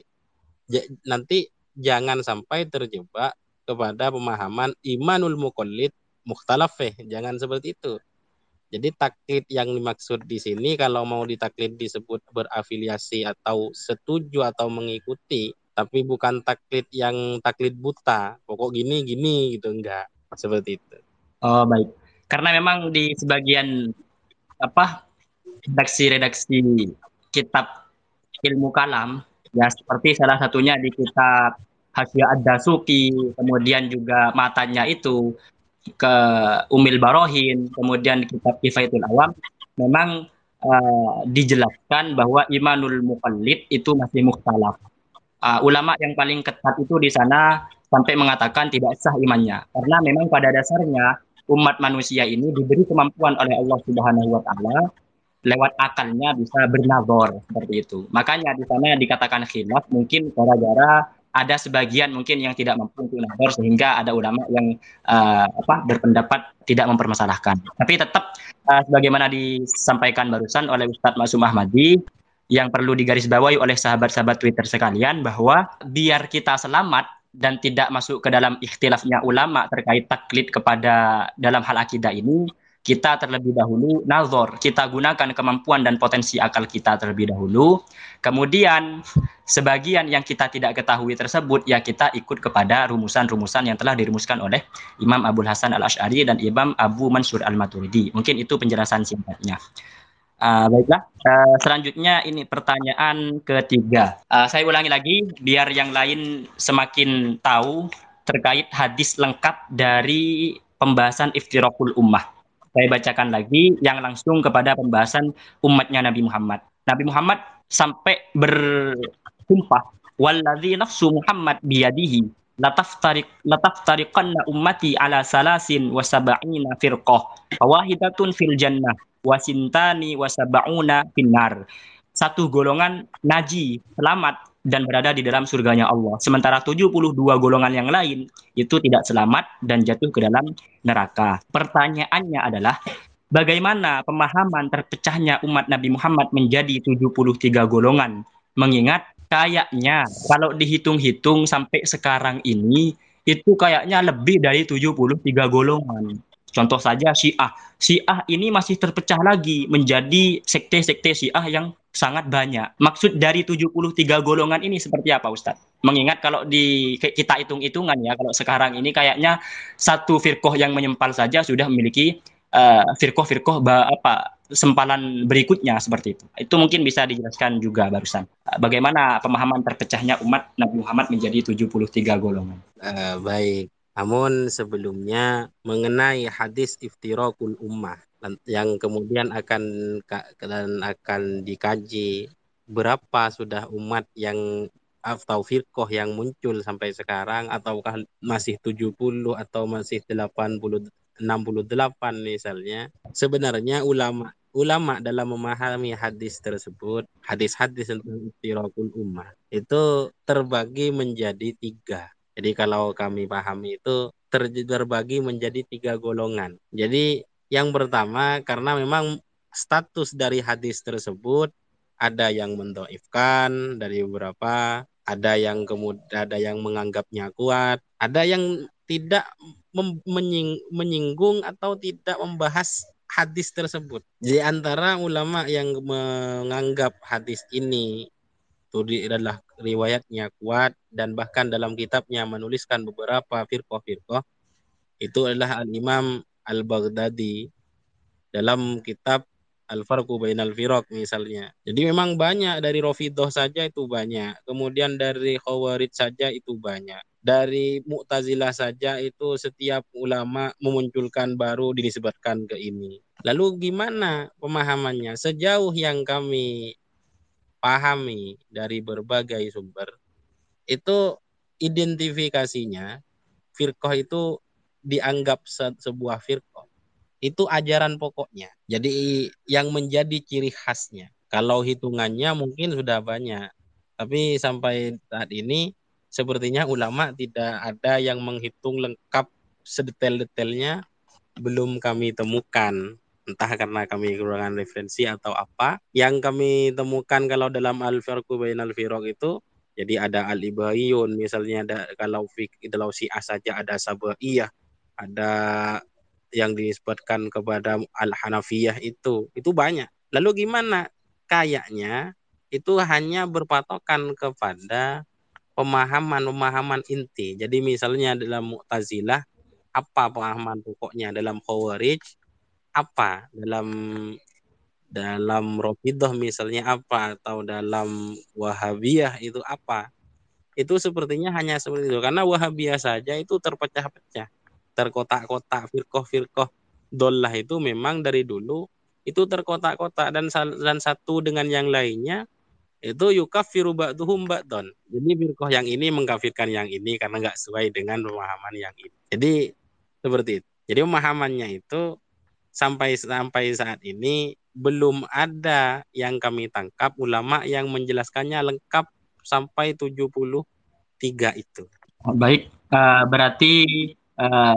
nanti jangan sampai terjebak kepada pemahaman imanul muqallid mukhtalafih, jangan seperti itu. Jadi taklid yang dimaksud di sini kalau mau ditaklid disebut berafiliasi atau setuju atau mengikuti, tapi bukan taklid yang taklid buta, pokok gini gini gitu, enggak seperti itu.
Oh baik, karena memang di sebagian apa redaksi-redaksi kitab ilmu kalam, ya seperti salah satunya di kitab Hasyiah Ad-Dasuki, kemudian juga matanya itu ke Umil Barohin, kemudian kitab Kifaitul Awam, memang uh, dijelaskan bahwa imanul muqallid itu masih mukhtalaf. Uh, ulama yang paling ketat itu di sana sampai mengatakan tidak sah imannya, karena memang pada dasarnya umat manusia ini diberi kemampuan oleh Allah Subhanahu wa taala lewat akalnya bisa bernazar seperti itu. Makanya di sana dikatakan khilaf mungkin gara-gara ada sebagian mungkin yang tidak mampu untuk nazar sehingga ada ulama yang uh, apa berpendapat tidak mempermasalahkan. Tapi tetap uh, sebagaimana disampaikan barusan oleh Ustadz Masum Ahmadi yang perlu digarisbawahi oleh sahabat-sahabat Twitter sekalian bahwa biar kita selamat dan tidak masuk ke dalam ikhtilafnya ulama terkait taklid kepada dalam hal akidah ini, kita terlebih dahulu nazar, kita gunakan kemampuan dan potensi akal kita terlebih dahulu. Kemudian sebagian yang kita tidak ketahui tersebut ya kita ikut kepada rumusan-rumusan yang telah dirumuskan oleh Imam Abul Hasan Al-Asy'ari dan Imam Abu Mansur Al-Maturidi. Mungkin itu penjelasan singkatnya. Uh, baiklah, uh, selanjutnya ini pertanyaan ketiga. Uh, saya ulangi lagi biar yang lain semakin tahu terkait hadis lengkap dari pembahasan iftirakul ummah. Saya bacakan lagi yang langsung kepada pembahasan umatnya Nabi Muhammad. Nabi Muhammad sampai bersumpah, "Walladzi nafsu Muhammad biyadihi lataftariq lataftariqanna ummati ala salasin wa sab'ina firqah, wahidatun fil jannah wasintani wasabauna finnar." Satu golongan naji selamat dan berada di dalam surganya Allah, sementara tujuh puluh dua golongan yang lain itu tidak selamat dan jatuh ke dalam neraka. Pertanyaannya adalah bagaimana pemahaman terpecahnya umat Nabi Muhammad menjadi tujuh puluh tiga golongan, mengingat kayaknya kalau dihitung-hitung sampai sekarang ini itu kayaknya lebih dari tujuh puluh tiga golongan. Contoh saja Syiah. Syiah ini masih terpecah lagi menjadi sekte-sekte Syiah yang sangat banyak. Maksud dari tujuh puluh tiga golongan ini seperti apa, Ustadz? Mengingat kalau di kita hitung-hitungan ya, kalau sekarang ini kayaknya satu firqoh yang menyempal saja sudah memiliki uh, firqoh-firqoh apa sempalan berikutnya seperti itu. Itu mungkin bisa dijelaskan juga barusan. Bagaimana pemahaman terpecahnya umat Nabi Muhammad menjadi tujuh puluh tiga golongan?
Uh, baik. Namun sebelumnya mengenai hadis iftirakul ummah yang kemudian akan dan akan dikaji berapa sudah umat yang atau firqoh yang muncul sampai sekarang, ataukah masih tujuh puluh atau masih delapan puluh enam puluh delapan misalnya. Sebenarnya ulama ulama dalam memahami hadis tersebut, hadis-hadis tentang iftirakul ummah itu terbagi menjadi tiga. Jadi kalau kami pahami itu terbagi menjadi tiga golongan. Jadi yang pertama, karena memang status dari hadis tersebut ada yang mendoifkan dari beberapa, ada yang kemudian ada yang menganggapnya kuat, ada yang tidak menying, menyinggung atau tidak membahas hadis tersebut. Di antara ulama yang menganggap hadis ini itu adalah riwayatnya kuat dan bahkan dalam kitabnya menuliskan beberapa firqah-firqah, itu adalah Al-Imam Al-Baghdadi dalam kitab Al-Farqu Bainal Firaq misalnya. Jadi memang banyak, dari Rafidhah saja itu banyak, kemudian dari Khawarij saja itu banyak, dari Mu'tazilah saja itu setiap ulama memunculkan baru dinisbatkan ke ini. Lalu gimana pemahamannya? Sejauh yang kami pahami dari berbagai sumber, itu identifikasinya firqah itu dianggap se- sebuah firqah itu ajaran pokoknya. Jadi yang menjadi ciri khasnya. Kalau hitungannya mungkin sudah banyak, tapi sampai saat ini sepertinya ulama tidak ada yang menghitung lengkap sedetail-detailnya, belum kami temukan. Entah karena kami kekurangan referensi atau apa. Yang kami temukan kalau dalam Al-Farqu Bainal Firaq itu, jadi ada Al-Ibaiyun misalnya, ada kalau kalau Syiah saja ada Sabaiyah, ada yang disebutkan kepada Al-Hanafiyah itu, itu banyak. Lalu gimana? Kayaknya itu hanya berpatokan kepada pemahaman-pemahaman inti. Jadi misalnya dalam Mu'tazilah, apa pemahaman pokoknya, dalam Khawarij apa, dalam dalam Rafidhah misalnya apa, atau dalam Wahabiyah itu apa. Itu sepertinya hanya seperti itu, karena Wahabiyah saja itu terpecah-pecah, terkotak-kotak, firqah-firqah dollah itu memang dari dulu itu terkotak-kotak, dan dan satu dengan yang lainnya itu yukafiru ba'duhum ba'don. Jadi firqah yang ini mengkafirkan yang ini karena nggak sesuai dengan pemahaman yang ini. Jadi seperti itu. Jadi pemahamannya itu sampai sampai saat ini belum ada yang kami tangkap ulama yang menjelaskannya lengkap sampai tujuh puluh tiga itu.
Baik, uh, berarti uh,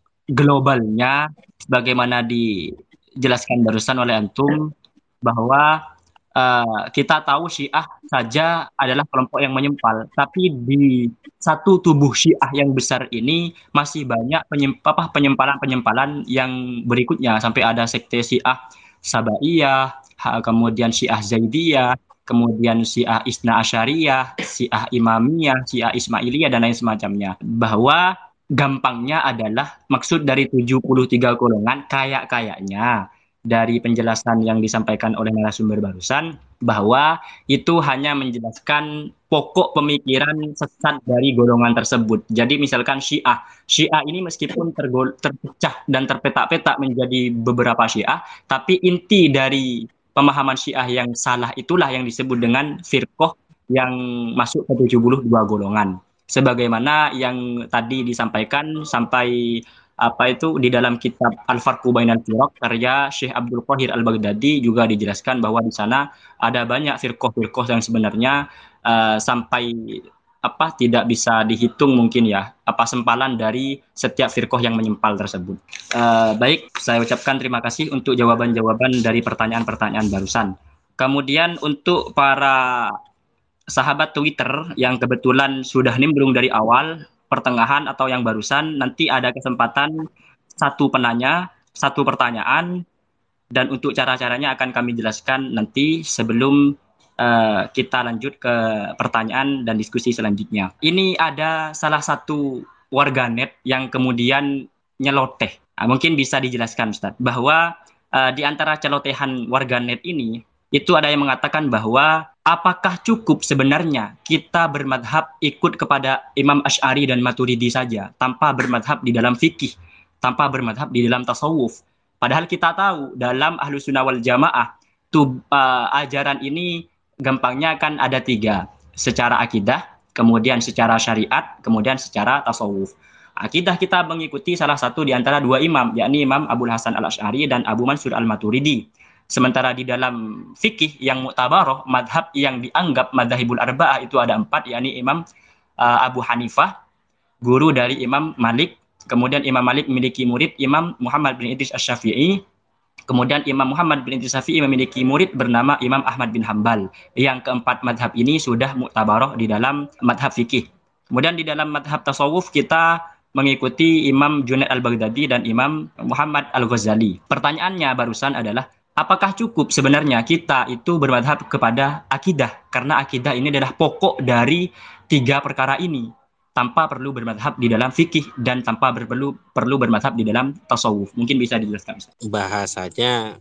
globalnya sebagaimana dijelaskan barusan oleh antum bahwa uh, kita tahu Syiah saja adalah kelompok yang menyempal, tapi di satu tubuh Syiah yang besar ini masih banyak penyem- apa, penyempalan-penyempalan yang berikutnya sampai ada sekte Syiah Sabaiyah, ha- kemudian Syiah Zaidiyah, kemudian Syiah Isna Asyariyah, Syiah Imamiyah, Syiah Ismailiyah dan lain semacamnya. Bahwa gampangnya adalah maksud dari tujuh puluh tiga golongan kayak-kayaknya dari penjelasan yang disampaikan oleh narasumber barusan bahwa itu hanya menjelaskan pokok pemikiran sesat dari golongan tersebut. Jadi misalkan Syiah, Syiah ini meskipun tergol, terpecah dan terpetak-petak menjadi beberapa Syiah, tapi inti dari pemahaman Syiah yang salah itulah yang disebut dengan firqah yang masuk ke tujuh puluh dua golongan. Sebagaimana yang tadi disampaikan sampai apa itu di dalam kitab Al-Farqu Bainal Firaq karya Syekh Abdul Qahir Al-Baghdadi juga dijelaskan bahwa di sana ada banyak firqah-firqah yang sebenarnya uh, sampai apa tidak bisa dihitung mungkin ya apa sempalan dari setiap firqah yang menyempal tersebut. Uh, baik, saya ucapkan terima kasih untuk jawaban-jawaban dari pertanyaan-pertanyaan barusan. Kemudian untuk para sahabat Twitter yang kebetulan sudah nimbrung dari awal, pertengahan atau yang barusan, nanti ada kesempatan satu penanya, satu pertanyaan, dan untuk cara-caranya akan kami jelaskan nanti sebelum uh, kita lanjut ke pertanyaan dan diskusi selanjutnya. Ini ada salah satu warganet yang kemudian nyeloteh. Nah, mungkin bisa dijelaskan, Ustaz, bahwa uh, di antara celotehan warganet ini, itu ada yang mengatakan bahwa apakah cukup sebenarnya kita bermadhab ikut kepada Imam Asy'ari dan Maturidi saja, tanpa bermadhab di dalam fikih, tanpa bermadhab di dalam tasawuf. Padahal kita tahu dalam Ahlus Sunnah wal Jamaah tuh uh, ajaran ini gampangnya kan ada tiga, secara akidah, kemudian secara syariat, kemudian secara tasawuf. Akidah kita mengikuti salah satu di antara dua imam, yakni Imam Abul Hasan Al-Asy'ari dan Abu Mansur Al-Maturidi. Sementara di dalam fikih yang muktabaroh, madhab yang dianggap madhahibul arba'ah itu ada empat, yakni Imam uh, Abu Hanifah, guru dari Imam Malik. Kemudian Imam Malik memiliki murid Imam Muhammad bin Idris Asy-Syafi'i. Kemudian Imam Muhammad bin Idris Syafi'i memiliki murid bernama Imam Ahmad bin Hambal. Yang keempat madhab ini sudah muktabaroh di dalam madhab fikih. Kemudian di dalam madhab tasawuf kita mengikuti Imam Junaid Al-Baghdadi dan Imam Muhammad Al-Ghazali. Pertanyaannya barusan adalah, apakah cukup sebenarnya kita itu bermadhab kepada akidah? Karena akidah ini adalah pokok dari tiga perkara ini, tanpa perlu bermadhab di dalam fikih dan tanpa perlu perlu bermadhab di dalam tasawuf. Mungkin bisa dijelaskan.
Bahasanya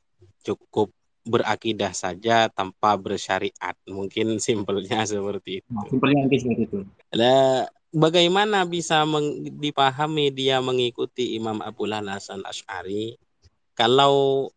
cukup berakidah saja tanpa bersyariat. Mungkin simpelnya seperti itu.
Nah, simpelnya nanti seperti itu.
Nah, bagaimana bisa meng- dipahami dia mengikuti Imam Abul Hasan Asy'ari kalau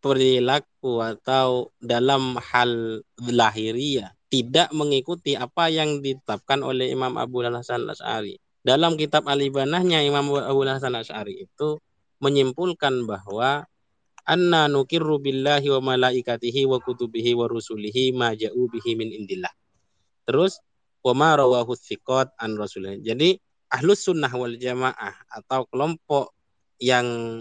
perilaku atau dalam hal lahiriah tidak mengikuti apa yang ditetapkan oleh Imam Abul Hasan Asy'ari. Dalam kitab Al-Ibanahnya Imam Abul Hasan Asy'ari itu menyimpulkan bahwa anna nukirru billahi wa malaikatihi wa kutubihi wa rusulihi ma ja'u bihi min indillah. Terus wa ma rawahu thiqat an rasulih. Jadi Ahlus Sunnah wal Jamaah atau kelompok yang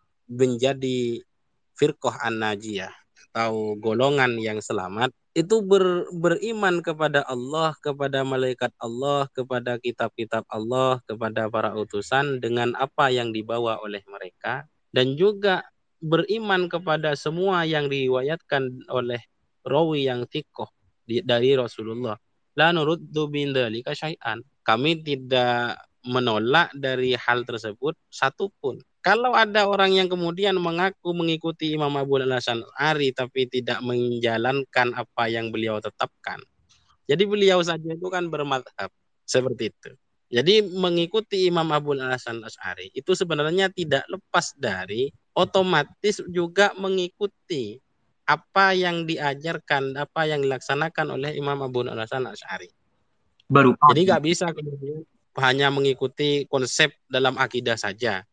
menjadi firqah an-najiyah atau golongan yang selamat itu ber, beriman kepada Allah, kepada malaikat Allah, kepada kitab-kitab Allah, kepada para utusan dengan apa yang dibawa oleh mereka, dan juga beriman kepada semua yang diriwayatkan oleh rawi yang thiqah dari Rasulullah. La nuruddu bin dzalika syai'an. Kami tidak menolak dari hal tersebut satupun. Kalau ada orang yang kemudian mengaku mengikuti Imam Abu Hasan Asy'ari tapi tidak menjalankan apa yang beliau tetapkan, jadi beliau saja itu kan bermadhab seperti itu. Jadi mengikuti Imam Abu Hasan Asy'ari itu sebenarnya tidak lepas dari otomatis juga mengikuti apa yang diajarkan, apa yang dilaksanakan oleh Imam Abu Hasan Asy'ari.
Baru
Jadi nggak bisa kemudian hanya mengikuti konsep dalam akidah saja.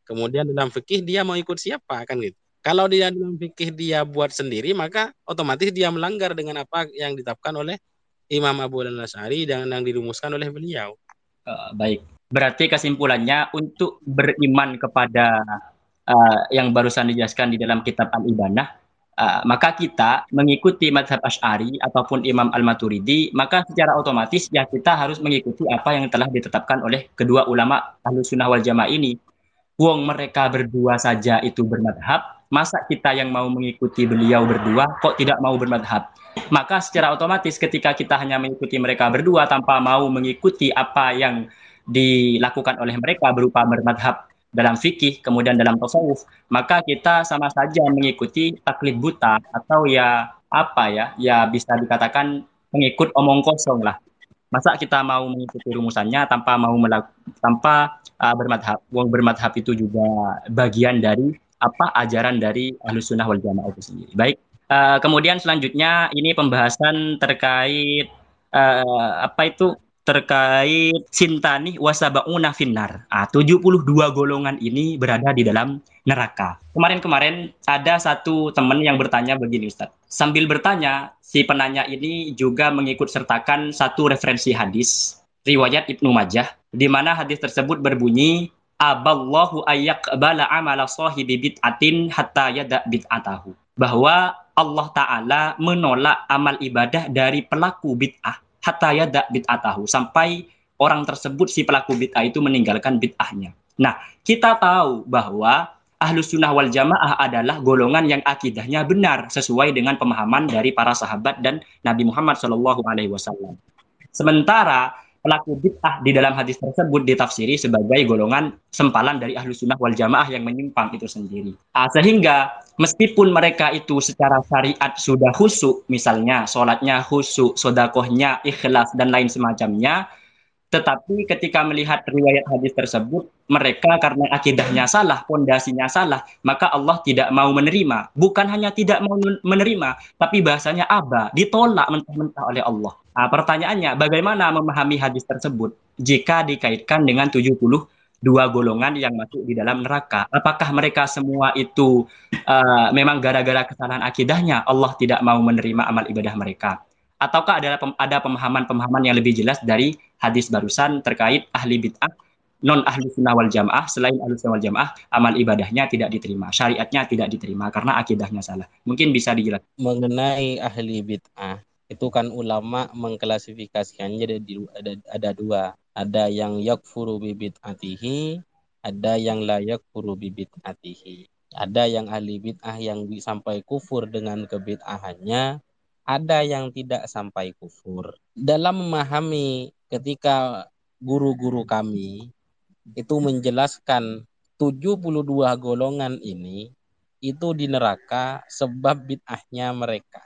Kemudian dalam fikih dia mau ikut siapa kan gitu. Kalau dia dalam fikih dia buat sendiri, maka otomatis dia melanggar dengan apa yang ditetapkan oleh Imam Abu al-Asy'ari dan yang dirumuskan oleh beliau.
Uh, baik. Berarti kesimpulannya untuk beriman kepada uh, yang barusan dijelaskan di dalam kitab Al-Ibanah, uh, maka kita mengikuti madhab Asy'ari ataupun Imam Al-Maturidi, maka secara otomatis ya kita harus mengikuti apa yang telah ditetapkan oleh kedua ulama Ahlus Sunnah wal Jamaah ini. Wong mereka berdua saja itu bermadhab, masa kita yang mau mengikuti beliau berdua kok tidak mau bermadhab? Maka secara otomatis ketika kita hanya mengikuti mereka berdua tanpa mau mengikuti apa yang dilakukan oleh mereka berupa bermadhab dalam fikih, kemudian dalam tasawuf, maka kita sama saja mengikuti taklid buta atau ya apa ya, ya bisa dikatakan mengikut omong kosong lah. Masa kita mau mengikuti rumusannya tanpa mau melak tanpa uh, bermadhab. Wong bermadhab itu juga bagian dari apa ajaran dari Ahlus Sunnah wal Jamaah itu sendiri. Baik. Uh, kemudian selanjutnya ini pembahasan terkait uh, apa itu terkait sintani wasabauna finnar. Ah, tujuh puluh dua golongan ini berada di dalam neraka. Kemarin-kemarin ada satu teman yang bertanya begini, Ustaz. Sambil bertanya, si penanya ini juga mengikut sertakan satu referensi hadis riwayat Ibnu Majah di mana hadis tersebut berbunyi aballahu ayyaqbala amala sahibi bid'atin hatta yada bid'atahu. Bahwa Allah Ta'ala menolak amal ibadah dari pelaku bid'ah hatta yada bid'atahu, sampai orang tersebut si pelaku bid'ah itu meninggalkan bid'ahnya. Nah, kita tahu bahwa Ahlus Sunnah wal Jamaah adalah golongan yang akidahnya benar sesuai dengan pemahaman dari para sahabat dan Nabi Muhammad shallallahu alaihi wasallam. Sementara pelaku bid'ah di dalam hadis tersebut ditafsiri sebagai golongan sempalan dari Ahlus Sunnah wal Jamaah yang menyimpang itu sendiri. Ah, sehingga meskipun mereka itu secara syariat sudah khusyuk, misalnya sholatnya khusyuk, sodakohnya ikhlas dan lain semacamnya, tetapi ketika melihat riwayat hadis tersebut, mereka karena akidahnya salah, pondasinya salah, maka Allah tidak mau menerima. Bukan hanya tidak mau menerima, tapi bahasanya aba, ditolak mentah-mentah oleh Allah. Nah, pertanyaannya, bagaimana memahami hadis tersebut jika dikaitkan dengan tujuh puluh dua golongan yang masuk di dalam neraka? Apakah mereka semua itu uh, memang gara-gara kesalahan akidahnya Allah tidak mau menerima amal ibadah mereka? Ataukah ada ada pemahaman-pemahaman yang lebih jelas dari hadis barusan terkait ahli bid'ah non ahli sunnah wal jamaah, selain ahli sunnah wal jamaah amal ibadahnya tidak diterima, syariatnya tidak diterima karena akidahnya salah? Mungkin bisa dijelaskan.
Mengenai ahli bid'ah, itu kan ulama mengklasifikasikannya ada, ada, ada dua. Ada yang yakfuru bi bid'atihi, ada yang la yakfuru bi bid'atihi. Ada yang ahli bid'ah yang sampai kufur dengan kebid'ahannya, ada yang tidak sampai kufur. Dalam memahami ketika guru-guru kami itu menjelaskan tujuh puluh dua golongan ini itu di neraka sebab bid'ahnya mereka.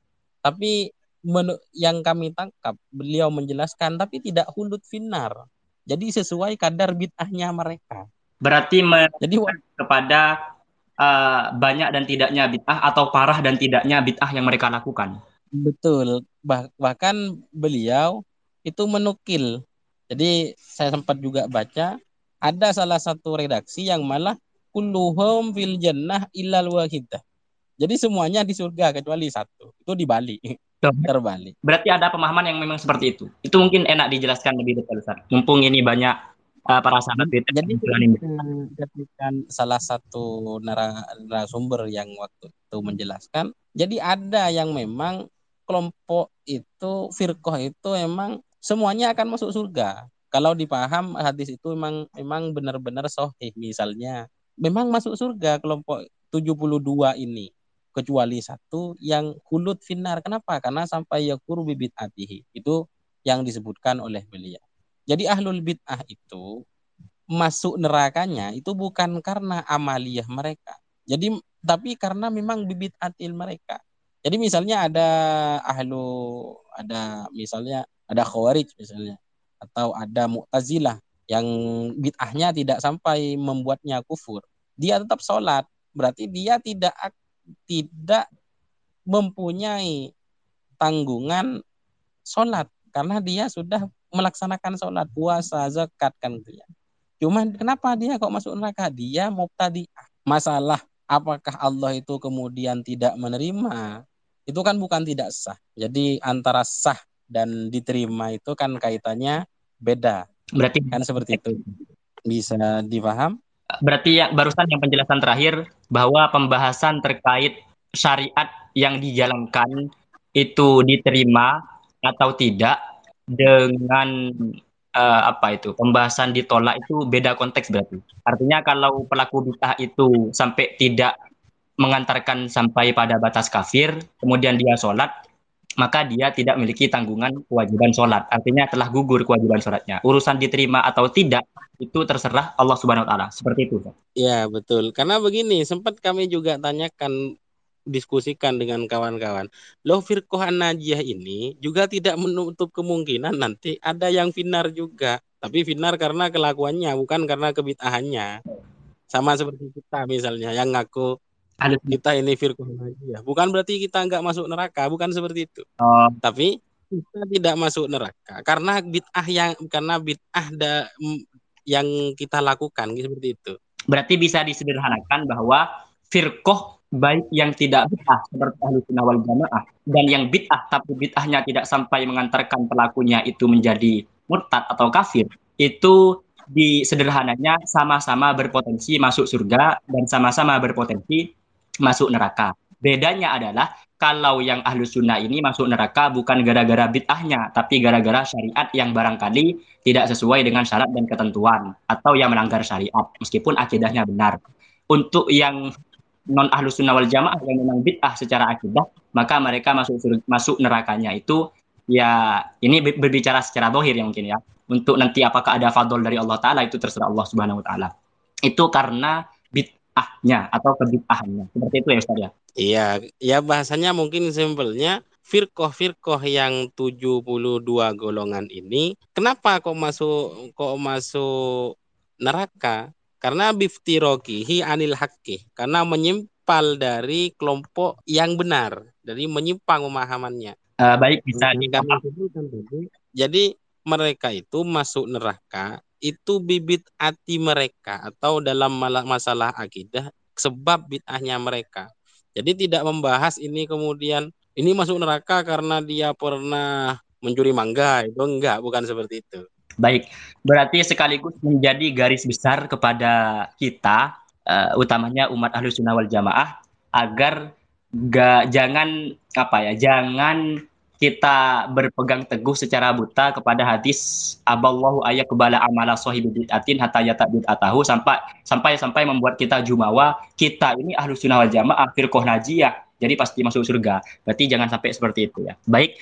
Tapi yang kami tangkap, beliau menjelaskan tapi tidak hulut finnar. Jadi sesuai kadar bid'ahnya mereka.
Berarti Jadi kepada uh, banyak dan tidaknya bid'ah atau parah dan tidaknya bid'ah yang mereka lakukan.
Betul. Bah bahkan beliau itu menukil. Jadi saya sempat juga baca ada salah satu redaksi yang malah kulluhum fil jannah illal wahidah. Jadi semuanya di surga kecuali satu. Itu dibalik. Terbalik.
Berarti ada pemahaman yang memang seperti itu. Itu mungkin enak dijelaskan lebih detail, Ustaz. Mumpung ini banyak uh, para sahabat
beda. Jadi ketika salah satu narasumber yang waktu itu menjelaskan, jadi ada yang memang kelompok itu, firqah itu memang semuanya akan masuk surga. Kalau dipaham hadis itu memang memang benar-benar sahih, misalnya memang masuk surga kelompok tujuh puluh dua ini, kecuali satu yang hulut finnar. Kenapa? Karena sampai yakuru bid'atihi. Itu yang disebutkan oleh beliau. Jadi ahlul bid'ah itu masuk nerakanya itu bukan karena amaliyah mereka. Jadi tapi karena memang bid'atil mereka. Jadi misalnya ada ahlu, ada misalnya ada khawarij misalnya, atau ada mu'tazilah yang bid'ahnya tidak sampai membuatnya kufur. Dia tetap sholat, berarti dia tidak tidak mempunyai tanggungan sholat karena dia sudah melaksanakan sholat, puasa, zakat kan gitu ya. Cuman kenapa dia kok masuk neraka? Dia mubtadi'ah. Masalah apakah Allah itu kemudian tidak menerima? Itu kan bukan tidak sah. Jadi antara sah dan diterima itu kan kaitannya beda.
Berarti
Kan seperti itu. Bisa dipaham?
berarti ya barusan yang penjelasan terakhir bahwa pembahasan terkait syariat yang dijalankan itu diterima atau tidak dengan eh, apa itu pembahasan ditolak itu beda konteks berarti. Artinya kalau pelaku bid'ah itu sampai tidak mengantarkan sampai pada batas kafir, kemudian dia sholat, maka dia tidak memiliki tanggungan kewajiban sholat. Artinya telah gugur kewajiban sholatnya. Urusan diterima atau tidak, itu terserah Allah Subhanahu Wa Taala. Seperti itu.
Ya, betul. Karena begini, sempat kami juga tanyakan, diskusikan dengan kawan-kawan. Loh, firqah An-Najiyah ini juga tidak menutup kemungkinan nanti ada yang finar juga. Tapi finar karena kelakuannya, bukan karena kebid'ahannya. Sama seperti kita misalnya, yang ngaku
Ahli sunnah.
kita ini firqah Najiyah. Bukan berarti kita nggak masuk neraka, bukan seperti itu.
Oh,
Tapi kita tidak masuk neraka karena bid'ah yang karena bid'ah da, yang kita lakukan seperti itu.
berarti bisa disederhanakan bahwa firqoh baik yang tidak bid'ah seperti ahli sunnah wal jamaah dan yang bid'ah tapi bid'ahnya tidak sampai mengantarkan pelakunya itu menjadi murtad atau kafir, itu di sederhananya sama-sama berpotensi masuk surga dan sama-sama berpotensi masuk neraka. Bedanya adalah kalau yang ahlu sunnah ini masuk neraka bukan gara-gara bid'ahnya, tapi gara-gara syariat yang barangkali tidak sesuai dengan syarat dan ketentuan, atau yang melanggar syariat, meskipun akidahnya benar. Untuk yang non ahlu sunnah wal jamaah yang memang bid'ah secara akidah, maka mereka masuk masuk nerakanya itu ya ini berbicara secara dohir ya mungkin ya. Untuk nanti apakah ada fadl dari Allah Ta'ala itu terserah Allah Subhanahu Wa Ta'ala. Itu karena bid'ahnya atau kebid'ahannya. Seperti itu ya Ustaz ya.
Iya, ya bahasanya mungkin simpelnya firqoh-firqoh yang tujuh puluh dua golongan ini kenapa kok masuk kok masuk neraka? Karena biftirokihi anil haqqi, karena menyimpal dari kelompok yang benar, dari menyimpang pemahamannya.
Uh, baik bisa
Yang kami sebutkan tadi. Jadi mereka itu masuk neraka itu bibit hati mereka atau dalam masalah akidah sebab bid'ahnya mereka. Jadi tidak membahas ini kemudian ini masuk neraka karena dia pernah mencuri mangga, itu enggak, bukan seperti itu.
Baik, berarti sekaligus menjadi garis besar kepada kita, uh, utamanya umat Ahlus Sunnah wal Jamaah, agar gak, jangan apa ya, jangan kita berpegang teguh secara buta kepada hadis aballahu ayat kebala amala sahibi bid'atin hatta yata bid'atahu sampai sampai sampai membuat kita jumawa kita ini Ahlus Sunnah wal Jamaah firqah najiyah jadi pasti masuk surga. Berarti jangan sampai seperti itu ya. Baik,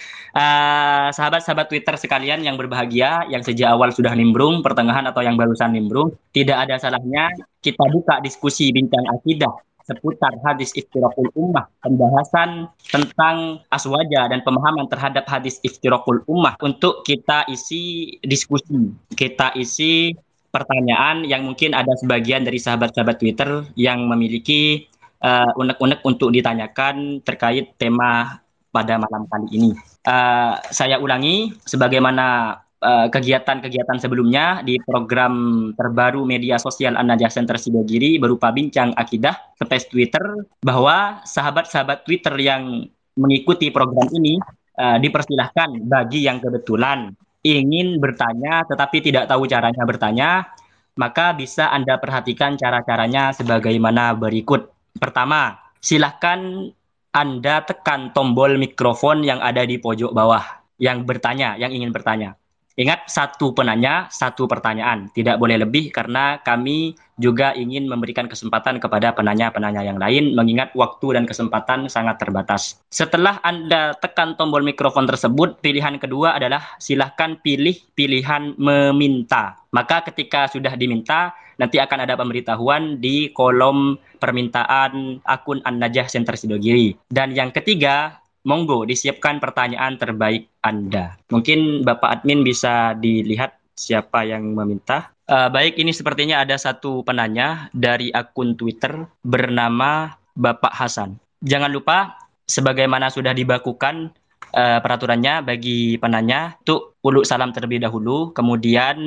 uh, sahabat-sahabat Twitter sekalian yang berbahagia, yang sejak awal sudah nimbrung, pertengahan atau yang barusan nimbrung, tidak ada salahnya kita buka diskusi bincang akidah seputar hadis iftirakul ummah, pembahasan tentang aswaja dan pemahaman terhadap hadis iftirakul ummah untuk kita isi diskusi, kita isi pertanyaan yang mungkin ada sebagian dari sahabat-sahabat Twitter yang memiliki uh, unek-unek untuk ditanyakan terkait tema pada malam kali ini. Uh, saya ulangi, sebagaimana uh, kegiatan-kegiatan sebelumnya di program terbaru media sosial An-Najah Center Sidogiri berupa bincang akidah, space Twitter, bahwa sahabat-sahabat Twitter yang mengikuti program ini uh, dipersilahkan bagi yang kebetulan ingin bertanya tetapi tidak tahu caranya bertanya, maka bisa Anda perhatikan cara-caranya sebagaimana berikut. Pertama, silahkan Anda tekan tombol mikrofon yang ada di pojok bawah yang bertanya, yang ingin bertanya. Ingat, satu penanya, satu pertanyaan. Tidak boleh lebih karena kami juga ingin memberikan kesempatan kepada penanya-penanya yang lain mengingat waktu dan kesempatan sangat terbatas. Setelah Anda tekan tombol mikrofon tersebut, pilihan kedua adalah silahkan pilih pilihan meminta. Maka ketika sudah diminta, nanti akan ada pemberitahuan di kolom permintaan akun An-Najah Center Sidogiri. Dan yang ketiga, monggo disiapkan pertanyaan terbaik Anda. Mungkin Bapak Admin bisa dilihat siapa yang meminta. Uh, baik, ini sepertinya ada satu penanya dari akun Twitter bernama Bapak Hasan. Jangan lupa, sebagaimana sudah dibakukan uh, peraturannya bagi penanya, untuk uluk salam terlebih dahulu, kemudian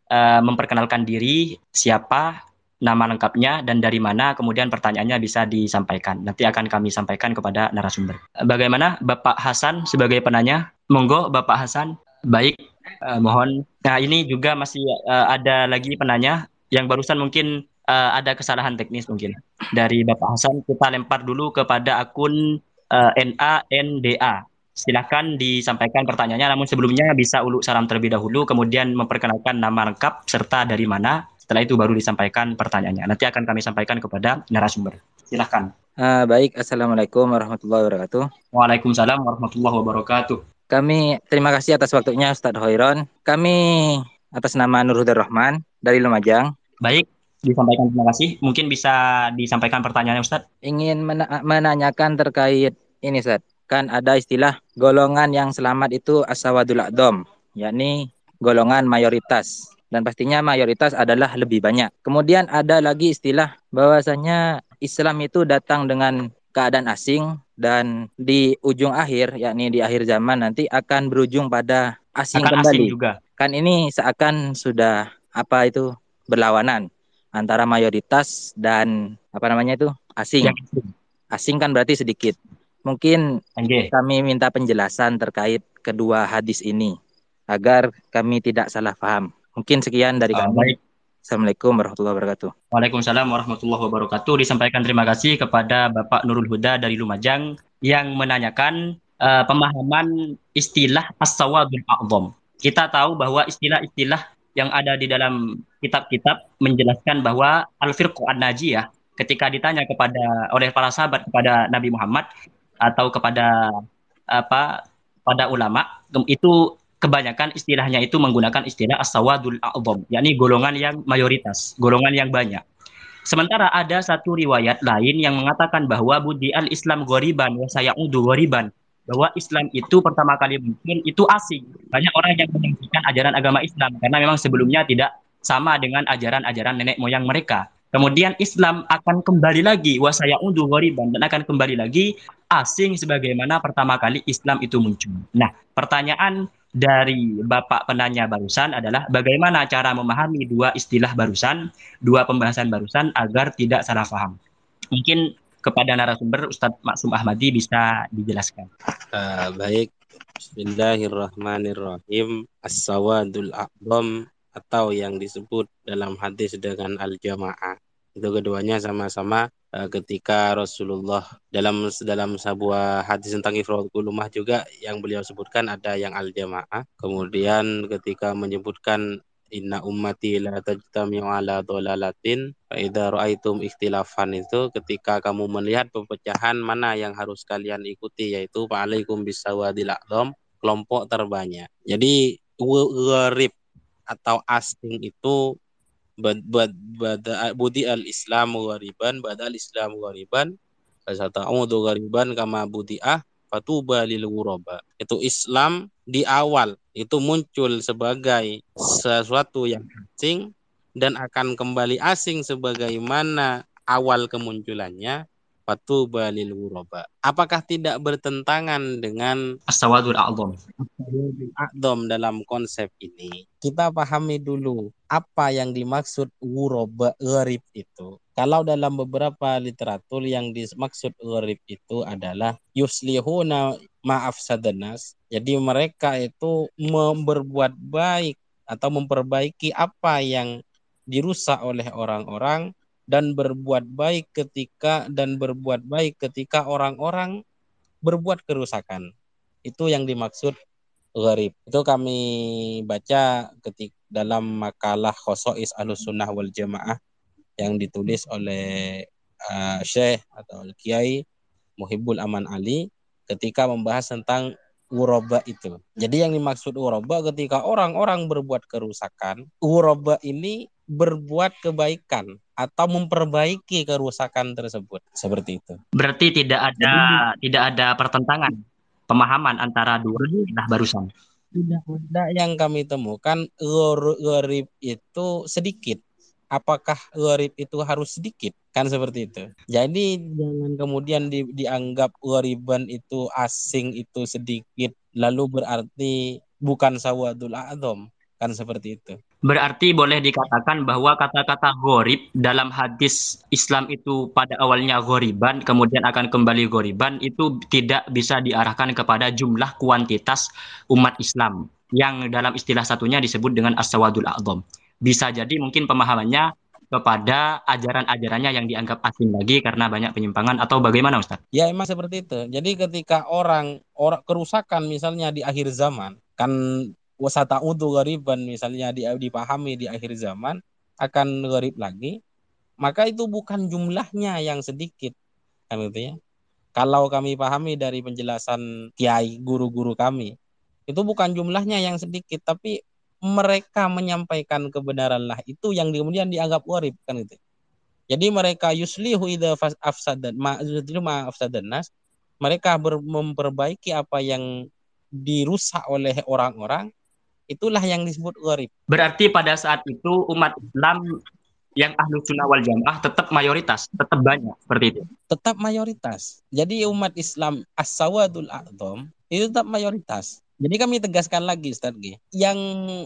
uh, memperkenalkan diri, siapa, nama lengkapnya, dan dari mana, kemudian pertanyaannya bisa disampaikan. Nanti akan kami sampaikan kepada narasumber. Bagaimana Bapak Hasan sebagai penanya? Monggo Bapak Hasan. Baik, uh, mohon. Nah ini juga masih uh, ada lagi penanya yang barusan mungkin uh, ada kesalahan teknis mungkin. Dari Bapak Hasan, kita lempar dulu kepada akun uh, N A N D A. Silahkan disampaikan pertanyaannya, namun sebelumnya bisa uluk salam terlebih dahulu, kemudian memperkenalkan nama lengkap serta dari mana. Setelah itu baru disampaikan pertanyaannya. Nanti akan kami sampaikan kepada narasumber. Silahkan.
Uh, baik, Assalamualaikum warahmatullahi wabarakatuh.
Waalaikumsalam warahmatullahi wabarakatuh.
Kami terima kasih atas waktunya Ustadz Hoiron. Kami atas nama Nur Huda Rahman dari Lumajang.
Baik, disampaikan terima kasih. Mungkin bisa disampaikan pertanyaannya Ustadz.
Ingin men- menanyakan terkait ini Ustadz. Kan ada istilah golongan yang selamat itu as-sawadul a'dham, yakni golongan mayoritas. Dan pastinya mayoritas adalah lebih banyak. Kemudian ada lagi istilah bahwasanya Islam itu datang dengan keadaan asing dan di ujung akhir, yakni di akhir zaman nanti akan berujung pada asing
akan
kembali.
Asing juga.
Kan ini seakan sudah apa itu berlawanan antara mayoritas dan apa namanya itu asing.
Ya.
Asing kan berarti sedikit. Mungkin
Anjay.
Kami minta penjelasan terkait kedua hadis ini agar kami tidak salah paham. Mungkin sekian dari
uh,
kami.
Baik.
Assalamualaikum warahmatullahi wabarakatuh.
Waalaikumsalam warahmatullahi wabarakatuh. Disampaikan terima kasih kepada Bapak Nurul Huda dari Lumajang yang menanyakan uh, pemahaman istilah as-sawadul a'dham. Kita tahu bahwa istilah-istilah yang ada di dalam kitab-kitab menjelaskan bahwa al-firqah an-najiyah ketika ditanya kepada oleh para sahabat kepada Nabi Muhammad atau kepada apa pada ulama, itu kebanyakan istilahnya itu menggunakan istilah as-sawadul a'dham, yakni golongan yang mayoritas, golongan yang banyak. Sementara ada satu riwayat lain yang mengatakan bahwa budi al-Islam ghoriban wa sayaudu ghoriban, bahwa Islam itu pertama kali muncul itu asing. Banyak orang yang meninggikan ajaran agama Islam karena memang sebelumnya tidak sama dengan ajaran-ajaran nenek moyang mereka. Kemudian Islam akan kembali lagi wa sayaudu ghoriban, dan akan kembali lagi asing sebagaimana pertama kali Islam itu muncul. Nah, pertanyaan dari Bapak penanya barusan adalah bagaimana cara memahami dua istilah barusan, dua pembahasan barusan agar tidak salah paham. Mungkin kepada narasumber Ustadz Maksum Ahmadi bisa dijelaskan.
Uh, baik, Bismillahirrahmanirrahim. As-sawadul a'dham atau yang disebut dalam hadis dengan al-jamaah. Itu keduanya sama-sama uh, ketika Rasulullah dalam dalam sebuah hadis tentang ifradul ummah juga yang beliau sebutkan ada yang al-jamaah. Kemudian ketika menyebutkan inna ummati la tajtami'u ala dhalalatin fa idza ra'aitum ikhtilafan, itu ketika kamu melihat perpecahan mana yang harus kalian ikuti, yaitu fa'alaikum bisawadil a'dham, kelompok terbanyak. Jadi gharib atau asing itu bada budi al-Islam ghariban bada al-Islam ghariban fasata'udu ghariban kama budi'ah fatuba lil ghuraba. Itu Islam di awal itu muncul sebagai sesuatu yang asing dan akan kembali asing sebagaimana awal kemunculannya. Fatuba lil ghuraba. Apakah tidak bertentangan dengan
as-sawadul a'dham?
A'dham dalam konsep ini? Kita pahami dulu apa yang dimaksud ghuraba, gharib itu. Kalau dalam beberapa literatur yang dimaksud gharib itu adalah yuslihuna ma'afsadanas. Jadi mereka itu memperbuat baik atau memperbaiki apa yang dirusak oleh orang-orang, dan berbuat baik ketika dan berbuat baik ketika orang-orang berbuat kerusakan. Itu yang dimaksud gharib. Itu kami baca ketika dalam makalah Khosois Ahlussunnah wal Jamaah yang ditulis oleh uh, Syekh atau Kiai Muhibbul Aman Ali ketika membahas tentang ghuraba itu. Jadi yang dimaksud ghuraba ketika orang-orang berbuat kerusakan, ghuraba ini berbuat kebaikan atau memperbaiki kerusakan tersebut, seperti itu.
Berarti tidak ada Jadi, tidak ada pertentangan pemahaman antara dua istilah barusan.
Tidak ada yang kami temukan gharib itu sedikit. Apakah gharib itu harus sedikit? Kan seperti itu. Jadi jangan kemudian di, dianggap ghariban itu asing, itu sedikit, lalu berarti bukan sawadul a'dham. kan seperti itu.
Berarti boleh dikatakan bahwa kata-kata gharib dalam hadis Islam itu pada awalnya ghoriban, kemudian akan kembali ghoriban, itu tidak bisa diarahkan kepada jumlah kuantitas umat Islam, yang dalam istilah satunya disebut dengan as-sawadul a'dham. Bisa jadi mungkin pemahamannya kepada ajaran-ajarannya yang dianggap asing lagi karena banyak penyimpangan, atau bagaimana Ustaz?
Ya emang seperti itu. Jadi ketika orang orang kerusakan misalnya di akhir zaman, kan wasata'udu ghariban misalnya di- dipahami di akhir zaman akan gharib lagi, maka itu bukan jumlahnya yang sedikit, kan gitu ya. Kalau kami pahami dari penjelasan kiai guru-guru kami, itu bukan jumlahnya yang sedikit, tapi mereka menyampaikan kebenaran lah itu yang kemudian dianggap gharib, kan gitu. Jadi mereka yuslihu idza afsadan ma ma afsadan nas, mereka ber, memperbaiki apa yang dirusak oleh orang-orang, itulah yang disebut gharib.
Berarti pada saat itu umat Islam yang ahlu sunnah wal jamaah tetap mayoritas, tetap banyak seperti itu.
Tetap mayoritas. Jadi umat Islam as-sawadul a'dham itu tetap mayoritas. Jadi kami tegaskan lagi Ustaz G, yang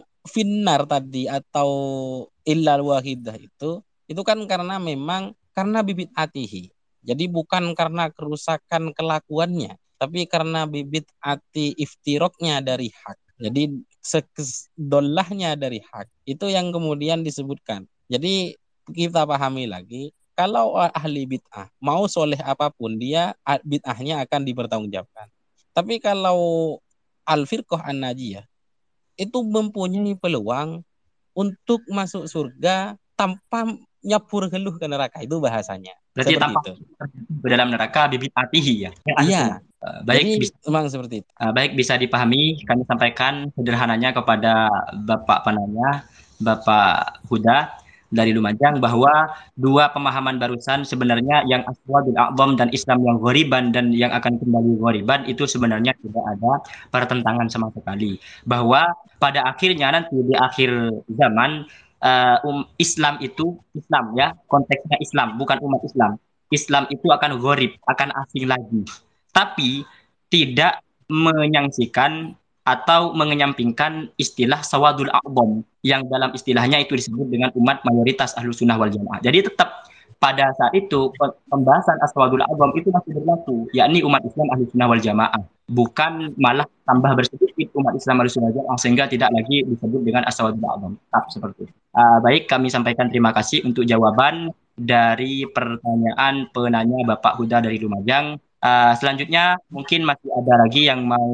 finnar tadi atau illal wahidah itu itu kan karena memang karena bibit atihi. Jadi bukan karena kerusakan kelakuannya, tapi karena bibit ati iftiroknya dari hak. Jadi sekedolahnya dari hak. Itu yang kemudian disebutkan. Jadi kita pahami lagi, kalau ahli bid'ah mau soleh apapun, dia bid'ahnya akan dipertanggungjawabkan. Tapi kalau al-firqah an-najiyah itu mempunyai peluang untuk masuk surga tanpa nyapur geluh ke neraka, itu bahasanya.
Berarti
Seperti
tanpa
itu.
ke dalam neraka bibit atihi ya.
Iya.
Uh, baik
Jadi
bisa,
memang seperti itu.
uh, baik bisa dipahami. Kami sampaikan sederhananya kepada Bapak penanya, Bapak Huda dari Lumajang, bahwa dua pemahaman barusan sebenarnya yang aswadul a'dham dan Islam yang ghoriban dan yang akan kembali ghoriban itu sebenarnya tidak ada pertentangan sama sekali. Bahwa pada akhirnya nanti di akhir zaman uh, um, Islam itu Islam ya, konteksnya Islam bukan umat Islam. Islam itu akan gharib, akan asing lagi. Tapi tidak menyangsikan atau mengenyampingkan istilah sawadul a'dham yang dalam istilahnya itu disebut dengan umat mayoritas ahlu sunnah wal jamaah. Jadi tetap pada saat itu pembahasan as-sawadul a'dham itu masih berlaku, yakni umat Islam ahlu sunnah wal jamaah. Bukan malah tambah bersedikit umat Islam ahlu sunnah wal jamaah sehingga tidak lagi disebut dengan as-sawadul a'dham. Tetap seperti itu. Uh, baik, kami sampaikan terima kasih untuk jawaban dari pertanyaan penanya Bapak Huda dari Lumajang. Uh, selanjutnya mungkin masih ada lagi yang mau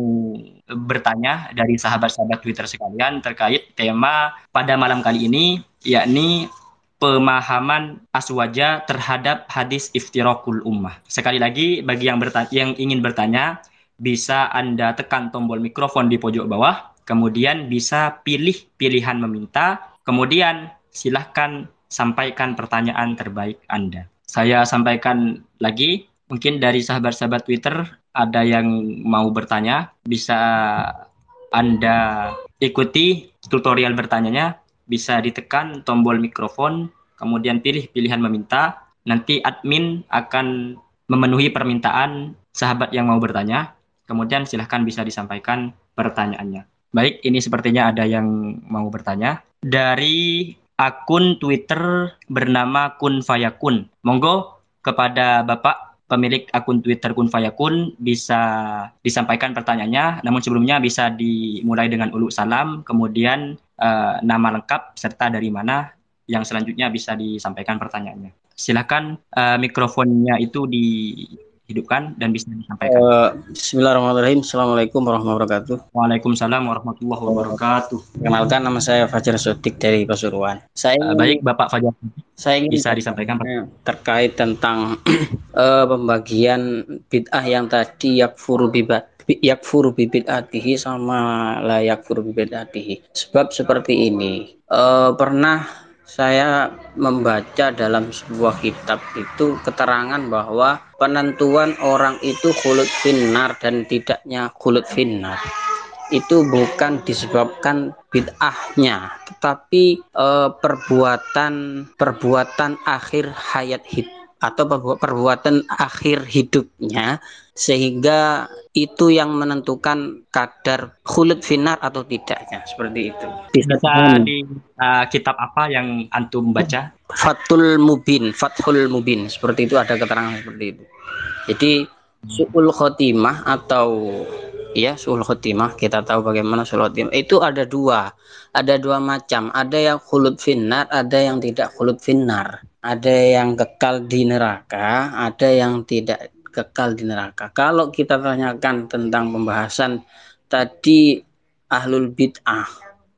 bertanya dari sahabat-sahabat Twitter sekalian terkait tema pada malam kali ini, yakni pemahaman aswaja terhadap hadis iftirakul ummah. Sekali lagi, bagi yang, bertanya, yang ingin bertanya, bisa Anda tekan tombol mikrofon di pojok bawah, kemudian bisa pilih pilihan meminta, kemudian silahkan sampaikan pertanyaan terbaik Anda. Saya sampaikan lagi, mungkin dari sahabat-sahabat Twitter ada yang mau bertanya, bisa Anda ikuti tutorial bertanyanya, bisa ditekan tombol mikrofon, kemudian pilih pilihan meminta, nanti admin akan memenuhi permintaan sahabat yang mau bertanya, kemudian silahkan bisa disampaikan pertanyaannya. Baik, ini sepertinya ada yang mau bertanya. Dari akun Twitter bernama Kun Fayakun. Monggo kepada Bapak pemilik akun Twitter Kun Fayakun bisa disampaikan pertanyaannya, namun sebelumnya bisa dimulai dengan ulu salam, kemudian uh, nama lengkap serta dari mana, yang selanjutnya bisa disampaikan pertanyaannya. Silakan uh, mikrofonnya itu dihidupkan dan bisa disampaikan.
Uh, Bismillahirrahmanirrahim. Assalamualaikum warahmatullahi wabarakatuh.
Waalaikumsalam warahmatullahi wabarakatuh.
Perkenalkan, nama saya Fajar Sodik dari Pasuruan. Saya
uh, baik Bapak Fajar.
Saya ingin
bisa disampaikan
terkait tentang uh, pembagian bid'ah yang tadi yakfuru bibat yakfuru bid'atihi sama la yakfuru bid'atihi. Sebab seperti ini, uh, pernah saya membaca dalam sebuah kitab itu keterangan bahwa penentuan orang itu khulud finnar dan tidaknya khulud finnar itu bukan disebabkan bid'ahnya, tetapi e, perbuatan perbuatan akhir hayat hid, atau perbuatan akhir hidupnya, sehingga itu yang menentukan kadar khulud finnar atau tidaknya, seperti itu.
Bisa di uh, kitab apa yang antum baca?
Fathul Mubin, Fathul Mubin, seperti itu, ada keterangan seperti itu. Jadi su'ul khotimah atau ya su'ul khotimah, kita tahu bagaimana su'ul khotimah itu ada dua, ada dua macam, ada yang khulud finnar, ada yang tidak khulud finnar, ada yang kekal di neraka, ada yang tidak kekal di neraka. Kalau kita tanyakan tentang pembahasan tadi, ahlul bid'ah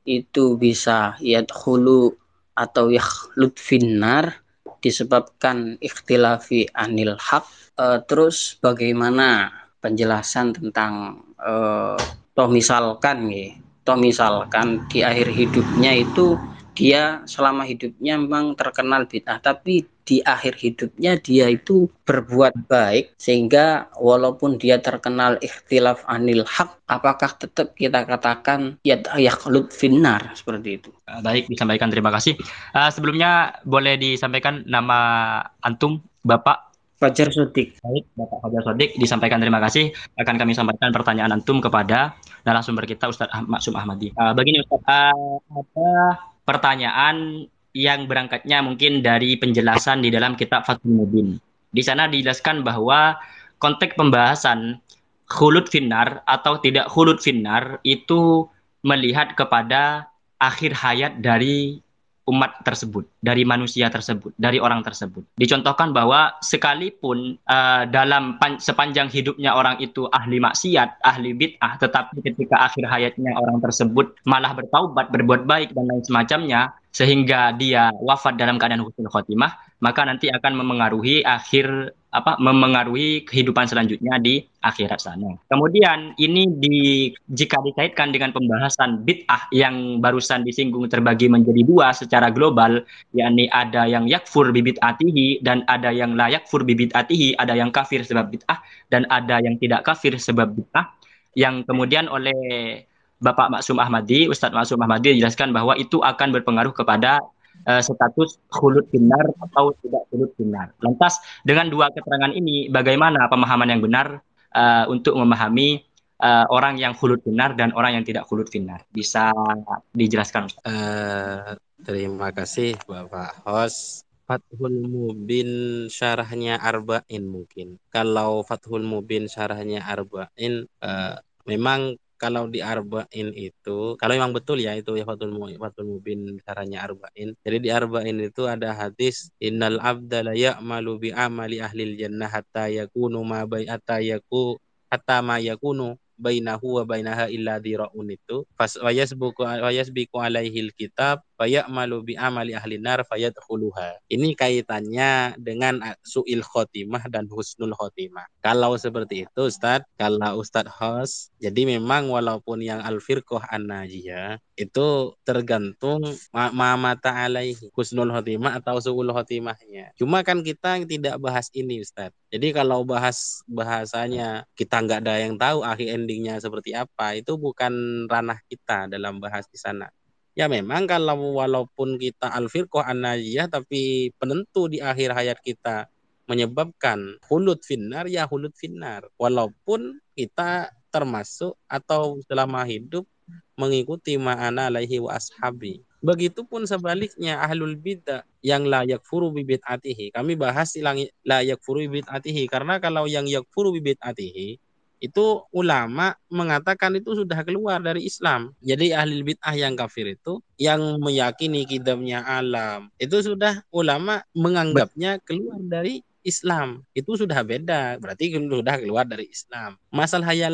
itu bisa yadkhulu atau yakhlud finnar disebabkan ikhtilafi anil haq. Uh, terus bagaimana penjelasan tentang uh, toh misalkan ya, toh misalkan di akhir hidupnya itu dia selama hidupnya memang terkenal bid'ah, tapi di akhir hidupnya dia itu berbuat baik, sehingga walaupun dia terkenal ikhtilaf anil haq, apakah tetap kita katakan ya yakhlud finnar, seperti itu.
Uh, baik, disampaikan, terima kasih. Uh, sebelumnya boleh disampaikan nama antum, Bapak
Fajar Sodik.
Baik, Bapak Fajar Sodik, disampaikan terima kasih. Akan kami sampaikan pertanyaan antum kepada narasumber kita, Ustadz ah- Maksum Ahmadi. Uh, begini Ustadz, uh, ada pertanyaan yang berangkatnya mungkin dari penjelasan di dalam kitab Fathul Mubin. Di sana dijelaskan bahwa konteks pembahasan khulud finnar atau tidak khulud finnar itu melihat kepada akhir hayat dari umat tersebut, dari manusia tersebut, dari orang tersebut. Dicontohkan bahwa sekalipun uh, dalam pan- sepanjang hidupnya orang itu ahli maksiat, ahli bid'ah, tetapi ketika akhir hayatnya orang tersebut malah bertaubat, berbuat baik dan lain semacamnya, sehingga dia wafat dalam keadaan husnul khotimah, maka nanti akan memengaruhi akhir apa memengaruhi kehidupan selanjutnya di akhirat sana. Kemudian ini di jika dikaitkan dengan pembahasan bid'ah yang barusan disinggung terbagi menjadi dua secara global, yakni ada yang yakfur bi bid'atihi dan ada yang la yakfur bi bid'atihi, ada yang kafir sebab bid'ah dan ada yang tidak kafir sebab bid'ah, yang kemudian oleh Bapak Maksum Ahmadi, Ustadz Maksum Ahmadi dijelaskan bahwa itu akan berpengaruh kepada uh, status khulud finnar atau tidak khulud finnar. Lantas dengan dua keterangan ini, bagaimana pemahaman yang benar uh, untuk memahami uh, orang yang khulud finnar dan orang yang tidak khulud finnar? Bisa dijelaskan, Ustaz?
Uh, terima kasih Bapak host. Fathul Mubin syarahnya Arba'in mungkin. Kalau Fathul Mubin syarahnya Arba'in, uh, memang kalau di Arba'in itu, kalau memang betul ya itu ya Fathul Mubin, Fathul Mubin syarahnya Arba'in. Jadi di Arba'in itu ada hadis, innal abda la ya'malu bi amali ahlil jannah hatta yakunu ma bai hatta yaku hatta ma yakunu bainahu wa bainaha illa dira'un, itu fas wayasbuku wayasbiku alaihil kitab fayamalu bi amali ahli nar fayadkhuluha. Ini kaitannya dengan su'il khotimah dan husnul khotimah. Kalau seperti itu Ustadz, kalau Ustadz host, jadi memang walaupun yang al-firqah an-najiyah itu tergantung ma, ma mata alaihi husnul khotimah atau su'ul khotimahnya. Cuma kan kita tidak bahas ini Ustadz. Jadi kalau bahas bahasanya kita nggak ada yang tahu akhir endingnya seperti apa, itu bukan ranah kita dalam bahas di sana. Ya memang kalau walaupun kita al-firqah an-najiyah, tapi penentu di akhir hayat kita menyebabkan khulud finnar, ya khulud finnar. Walaupun kita termasuk atau selama hidup mengikuti ma'ana alaihi wa ashabi. Begitupun sebaliknya ahlul bid'ah yang la yakfuru bi bid'atihi. Kami bahas la yakfuru bi bid'atihi karena kalau yang yakfuru bi bid'atihi itu ulama mengatakan itu sudah keluar dari Islam. Jadi ahli bid'ah yang kafir itu yang meyakini qidamnya alam, itu sudah ulama menganggapnya keluar dari Islam. Itu sudah beda, berarti sudah keluar dari Islam. Masalah ya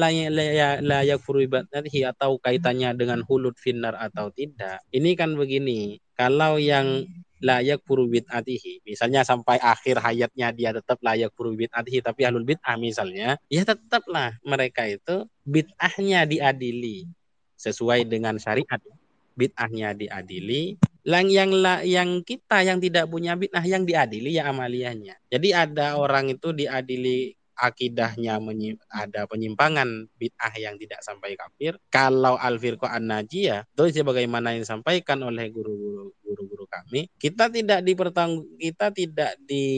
la yakfuru bi bid'atihi atau kaitannya dengan hulud finnar atau tidak, ini kan begini, kalau yang layak furu bid'atihi, misalnya sampai akhir hayatnya dia tetap layak furu bid'atihi, tapi ahlul bid'ah misalnya, ya tetaplah mereka itu bid'ahnya diadili sesuai dengan syariat, bid'ahnya diadili. Yang yang yang kita yang tidak punya bid'ah yang diadili ya amaliyahnya. Jadi ada orang itu diadili akidahnya menyi- ada penyimpangan bid'ah yang tidak sampai kafir. Kalau al-firqah an-najiyah itu sebagaimana yang disampaikan oleh guru-guru guru-guru kami, kita tidak dipertanggung kita tidak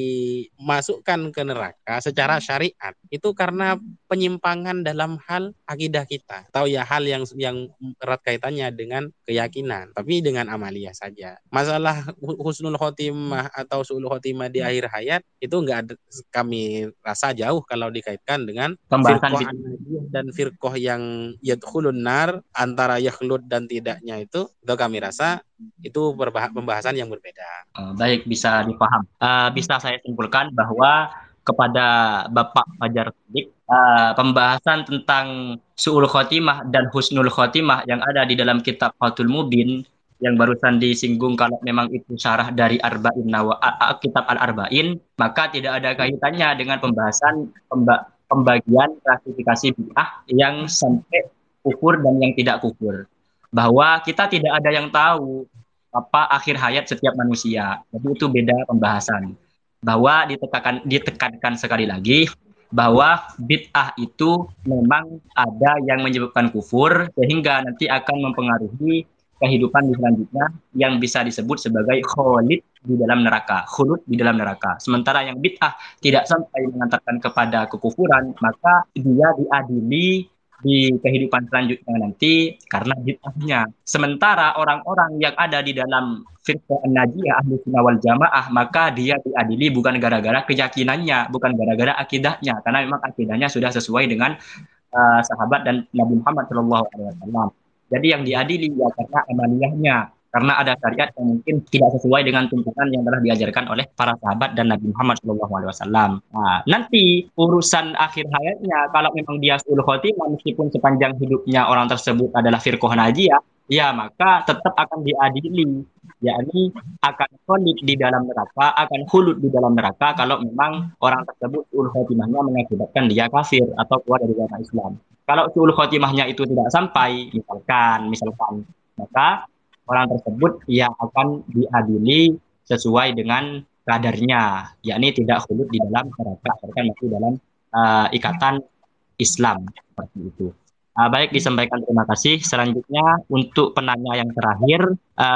dimasukkan ke neraka secara syariat. Itu karena penyimpangan dalam hal akidah kita atau ya hal yang yang erat kaitannya dengan keyakinan, tapi dengan amaliyah saja. Masalah husnul khotimah atau su'ul khotimah di akhir hayat itu enggak ada, kami rasa jauh kalau dikaitkan dengan
Pembahasan
firqah
bid-
an-najiyah dan firqah yang yadkhulun nar, antara yakhlud dan tidaknya itu, itu kami rasa itu berbah- pembahasan yang berbeda.
Eh, baik, bisa dipaham. Eh, bisa saya simpulkan bahwa kepada Bapak Fajar Siddiq, eh, pembahasan tentang su'ul khotimah dan husnul khotimah yang ada di dalam kitab Fathul Mubin yang barusan disinggung, kalau memang itu syarah dari Arba'in Nawa, a- a- kitab Al-Arba'in, maka tidak ada kaitannya dengan pembahasan pemba- pembagian klasifikasi bid'ah yang sampai kufur dan yang tidak kufur. Bahwa kita tidak ada yang tahu apa akhir hayat setiap manusia. Jadi itu beda pembahasan. Bahwa ditekankan ditekankan sekali lagi bahwa bid'ah itu memang ada yang menyebabkan kufur sehingga nanti akan mempengaruhi kehidupan di selanjutnya yang bisa disebut sebagai kholid di dalam neraka, khulud di dalam neraka. Sementara yang bid'ah tidak sampai mengantarkan kepada kekufuran, maka dia diadili di kehidupan selanjutnya nanti karena bid'ahnya. Sementara orang-orang yang ada di dalam firqah an-najiyah ahlu sunnah wal jamaah, maka dia diadili bukan gara-gara keyakinannya, bukan gara-gara akidahnya, karena memang akidahnya sudah sesuai dengan uh, sahabat dan Nabi Muhammad shallallahu alaihi wasallam. Jadi yang diadili ya karena amaliyahnya, karena ada syariat yang mungkin tidak sesuai dengan tuntunan yang telah diajarkan oleh para sahabat dan Nabi Muhammad shallallahu alaihi wasallam. Nah, nanti urusan akhir hayatnya, kalau memang dia su'ul khotimah meskipun sepanjang hidupnya orang tersebut adalah firqah najiyah, ya maka tetap akan diadili, yakni akan kholid di dalam neraka, akan khulud di dalam neraka kalau memang orang tersebut su'ul khotimahnya mengakibatkan dia kafir atau keluar dari agama Islam. Kalau su'ul khotimahnya itu tidak sampai, misalkan, misalkan, maka orang tersebut ya akan diadili sesuai dengan kadarnya, yakni tidak khulud di dalam neraka, bahkan masih dalam uh, ikatan Islam seperti itu. Uh, baik, disampaikan terima kasih. Selanjutnya untuk penanya yang terakhir,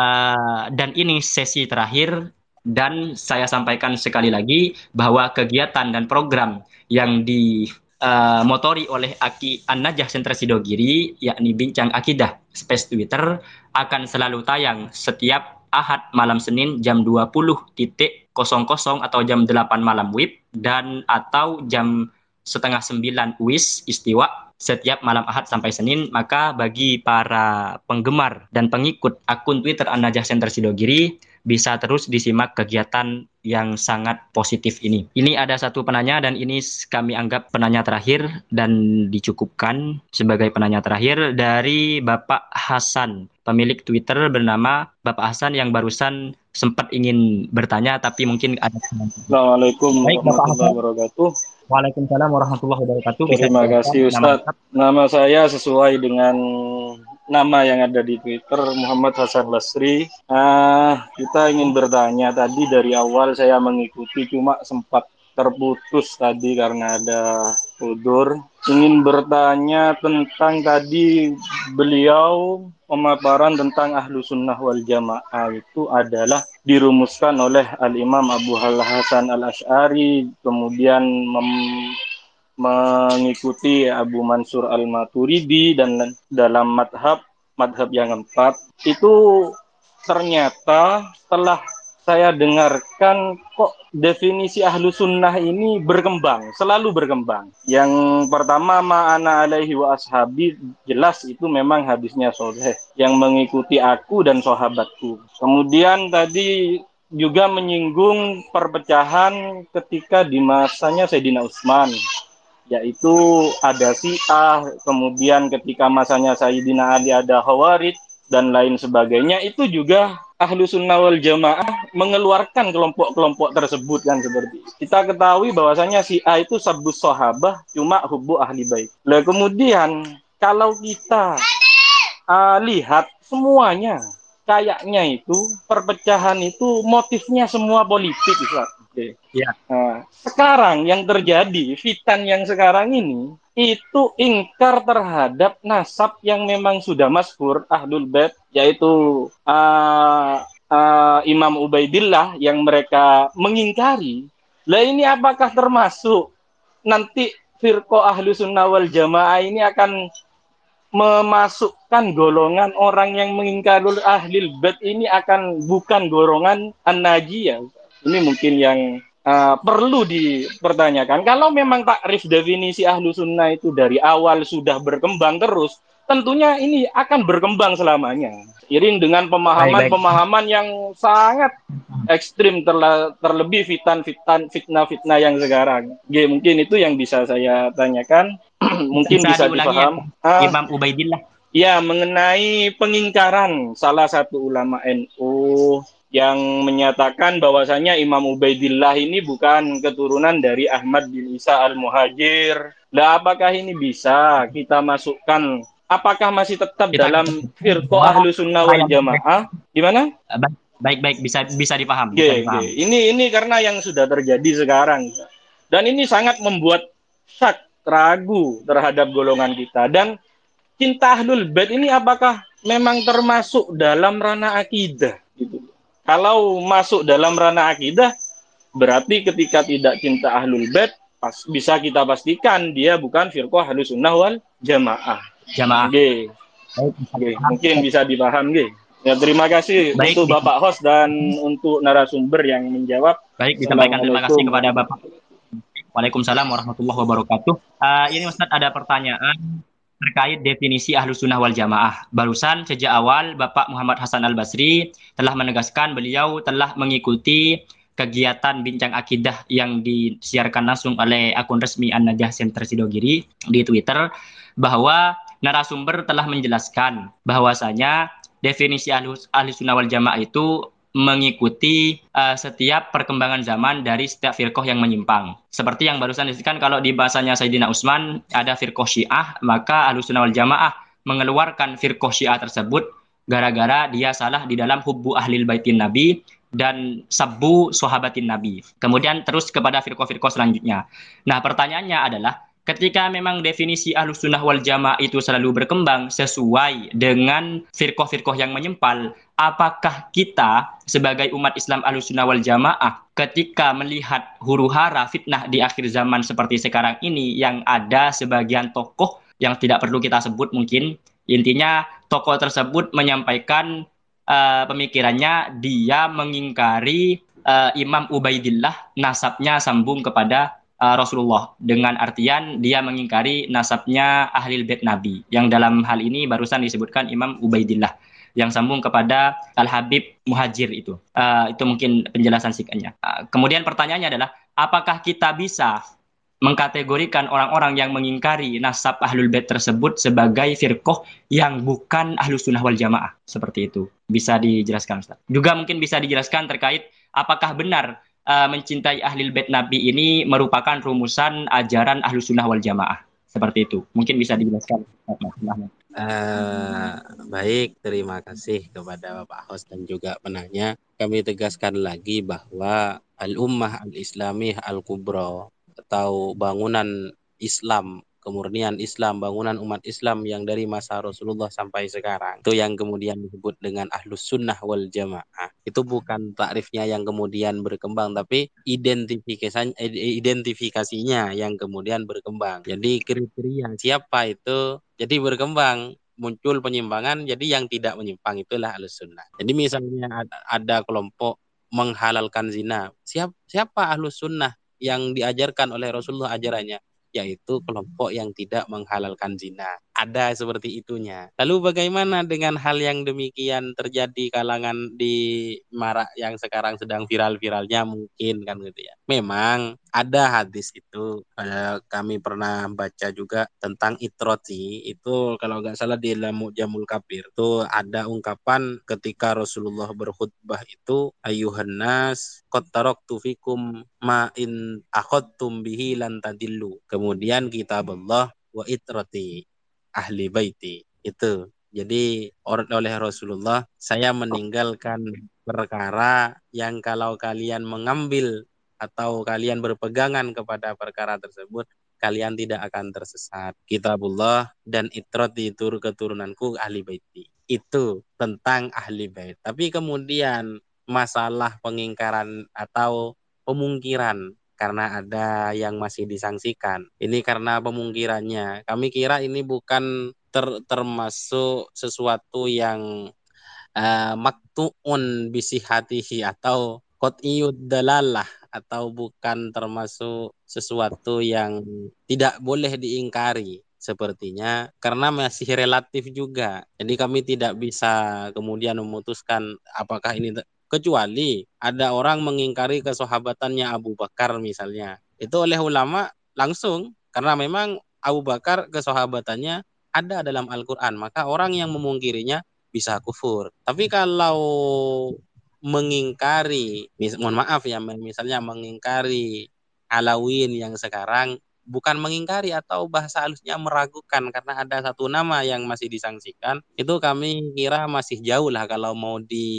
uh, dan ini sesi terakhir, dan saya sampaikan sekali lagi bahwa kegiatan dan program yang di uh, motori oleh Aki An-Najah Sentra Sidogiri, yakni Bincang Akidah Space Twitter, akan selalu tayang setiap Ahad malam Senin jam dua puluh atau jam delapan malam W I B, dan atau jam setengah sembilan U I S Istiwa setiap malam Ahad sampai Senin. Maka bagi para penggemar dan pengikut akun Twitter An-Najah Center Sidogiri bisa terus disimak kegiatan yang sangat positif ini. Ini ada satu penanya dan ini kami anggap penanya terakhir dan dicukupkan sebagai penanya terakhir dari Bapak Hasan, pemilik Twitter bernama Bapak Hasan yang barusan sempat ingin bertanya tapi mungkin ada.
Assalamualaikum
Baik, Bapak
warahmatullahi
Hasan.
wabarakatuh.
Waalaikumsalam warahmatullahi wabarakatuh. Bisa
Terima
dijelaskan
kasih
nama
Ustadz.
lengkap?
Nama saya sesuai dengan nama yang ada di Twitter, Muhammad Hasan Lasri. Ah, kita ingin bertanya, tadi dari awal saya mengikuti cuma sempat terputus tadi karena ada udur. Ingin bertanya tentang tadi beliau pemaparan tentang ahlu sunnah wal jamaah itu adalah dirumuskan oleh Al-Imam Abu Hasan Al-Ash'ari, kemudian mem- mengikuti Abu Mansur Al-Maturidi, dan dalam madhab madhab yang empat itu ternyata setelah saya dengarkan kok definisi ahlu sunnah ini berkembang, selalu berkembang. Yang pertama ma'ana alaihi wa ashabi, jelas itu memang hadisnya sahih, yang mengikuti aku dan sahabatku. Kemudian tadi juga menyinggung perpecahan ketika di masanya Sayyidina Utsman, yaitu ada Syiah, kemudian ketika masanya Sayyidina Ali ada Khawarij dan lain sebagainya. Itu juga ahlu sunnah wal jamaah mengeluarkan kelompok-kelompok tersebut kan, seperti kita ketahui bahwasanya Syiah itu sabbus sahabah, cuma hubbu ahli bait. Lah kemudian kalau kita uh, lihat semuanya kayaknya itu perpecahan itu motifnya semua politik, Ustaz. Oke.
Ya.
Nah, sekarang yang terjadi, fitan yang sekarang ini itu ingkar terhadap nasab yang memang sudah masyhur ahlul bait, yaitu uh, uh, Imam Ubaidillah yang mereka mengingkari, lah ini apakah termasuk nanti firqah ahlu sunnah wal jamaah ini akan memasukkan golongan orang yang mengingkari ahlil bait ini akan bukan golongan an-najiyah? Ini mungkin yang uh, perlu dipertanyakan. Kalau memang takrif definisi ahlu sunnah itu dari awal sudah berkembang terus, tentunya ini akan berkembang selamanya. Iring dengan pemahaman-pemahaman yang sangat ekstrim, terla- terlebih fitan-fitan fitnah-fitnah yang sekarang. Oke, mungkin itu yang bisa saya tanyakan. Mungkin
Bisa
bisa
diulangi ya,
dipaham. Ah,
Imam Ubaidillah.
ya, mengenai pengingkaran salah satu ulama N U yang menyatakan bahwasanya Imam Ubaidillah ini bukan keturunan dari Ahmad bin Isa al-Muhajir. Lah, apakah ini bisa kita masukkan? Apakah masih tetap
Kita
dalam firqah ahlu sunnah wal jamaah? Gimana?
Baik-baik, bisa bisa dipaham, bisa
G, G.
dipaham.
Ini ini karena yang sudah terjadi sekarang. Dan ini sangat membuat syak, ragu terhadap golongan kita. Dan cinta ahlul bait ini apakah memang termasuk dalam ranah akidah gitu. Kalau masuk dalam ranah akidah, berarti ketika tidak cinta ahlul bait pas, bisa kita pastikan dia bukan firqah ahlus sunnah wal jamaah.
Jamaah.
G.
Baik,
G. Mungkin bisa dipaham, G. Ya, terima kasih
Baik,
untuk
di-
Bapak host dan untuk narasumber yang menjawab.
Baik, disampaikan terima kasih
Assalamualaikum.
kepada Bapak. Waalaikumsalam warahmatullahi wabarakatuh. Uh, ini Ustadz ada pertanyaan terkait definisi ahlu sunnah wal jamaah. Barusan sejak awal Bapak Muhammad Hasan Al Basri telah menegaskan beliau telah mengikuti kegiatan bincang akidah yang disiarkan langsung oleh akun resmi An-Najah Center Sidogiri di Twitter, bahwa narasumber telah menjelaskan bahwasanya definisi ahlu, ahlu sunnah wal jamaah itu mengikuti uh, setiap perkembangan zaman dari setiap firqah yang menyimpang. Seperti yang barusan disebutkan, kalau di bahasanya Sayyidina Utsman ada firqah Syiah, maka Ahlussunnah wal Jamaah mengeluarkan firqah Syiah tersebut gara-gara dia salah di dalam hubbu ahlil baitin Nabi dan sabbu sahabatin Nabi. Kemudian terus kepada firqah-firqah selanjutnya. Nah, pertanyaannya adalah, ketika memang definisi Ahlus Sunnah wal Jamaah itu selalu berkembang sesuai dengan firqah-firqah yang menyempal, apakah kita sebagai umat Islam Ahlus Sunnah wal Jamaah ketika melihat huru-hara fitnah di akhir zaman seperti sekarang ini, yang ada sebagian tokoh yang tidak perlu kita sebut mungkin, intinya tokoh tersebut menyampaikan uh, pemikirannya, dia mengingkari uh, Imam Ubaidillah nasabnya sambung kepada uh, Rasulullah, dengan artian dia mengingkari nasabnya Ahlul Bait Nabi, yang dalam hal ini barusan disebutkan Imam Ubaidillah yang sambung kepada Al-Habib Muhajir itu. Uh, itu mungkin penjelasan singkatnya. Uh, kemudian pertanyaannya adalah, apakah kita bisa mengkategorikan orang-orang yang mengingkari nasab Ahlul Bait tersebut sebagai firqah yang bukan Ahlus Sunnah wal Jamaah? Seperti itu. Bisa dijelaskan, Ustaz? Juga mungkin bisa dijelaskan terkait apakah benar uh, mencintai Ahlul Bait Nabi ini merupakan rumusan ajaran Ahlus Sunnah wal Jamaah? Seperti itu. Mungkin bisa dijelaskan.
Uh, baik, terima kasih kepada Bapak host dan juga penanya. Kami tegaskan lagi bahwa Al-Ummah Al-Islamih Al-Kubra atau bangunan Islam, kemurnian Islam, bangunan umat Islam yang dari masa Rasulullah sampai sekarang, itu yang kemudian disebut dengan Ahlus Sunnah wal Jamaah. Itu bukan takrifnya yang kemudian berkembang, tapi identifikasinya, identifikasinya yang kemudian berkembang. Jadi kriteria siapa itu, jadi berkembang, muncul penyimpangan, jadi yang tidak menyimpang itulah Ahlus Sunnah. Jadi misalnya ada, ada kelompok menghalalkan zina, siapa, siapa Ahlus Sunnah yang diajarkan oleh Rasulullah ajarannya? Yaitu kelompok yang tidak menghalalkan zina. Ada seperti itunya. Lalu bagaimana dengan hal yang demikian terjadi kalangan di marak yang sekarang sedang viral-viralnya mungkin kan gitu ya. Memang ada hadis itu, ada, kami pernah baca juga tentang itroti itu, kalau nggak salah di dalam Mu'jamul Kabir itu ada ungkapan ketika Rasulullah berkhutbah itu, ayuhan nas qad taraktu fikum ma in akhadtum bihi lan tadillu. Kemudian kitab Allah wa itrati ahli baiti. Itu. Jadi oleh Rasulullah, saya meninggalkan perkara yang kalau kalian mengambil atau kalian berpegangan kepada perkara tersebut, kalian tidak akan tersesat. Kitabullah dan itrati tur keturunanku ahli baiti. Itu tentang ahli bait. Tapi kemudian masalah pengingkaran atau pemungkiran karena ada yang masih disangsikan. Ini karena pemungkirannya. Kami kira ini bukan ter termasuk sesuatu yang uh, maktuun bisihatihi atau qot'iyud dalalah atau bukan termasuk sesuatu yang tidak boleh diingkari sepertinya karena masih relatif juga. Jadi kami tidak bisa kemudian memutuskan apakah ini kecuali ada orang mengingkari kesahabatannya Abu Bakar misalnya. Itu oleh ulama langsung karena memang Abu Bakar kesahabatannya ada dalam Al-Qur'an, maka orang yang memungkirinya bisa kufur. Tapi kalau mengingkari, mis- mohon maaf ya, misalnya mengingkari Alawin yang sekarang, bukan mengingkari atau bahasa halusnya meragukan karena ada satu nama yang masih disangsikan, itu kami kira masih jauh lah kalau mau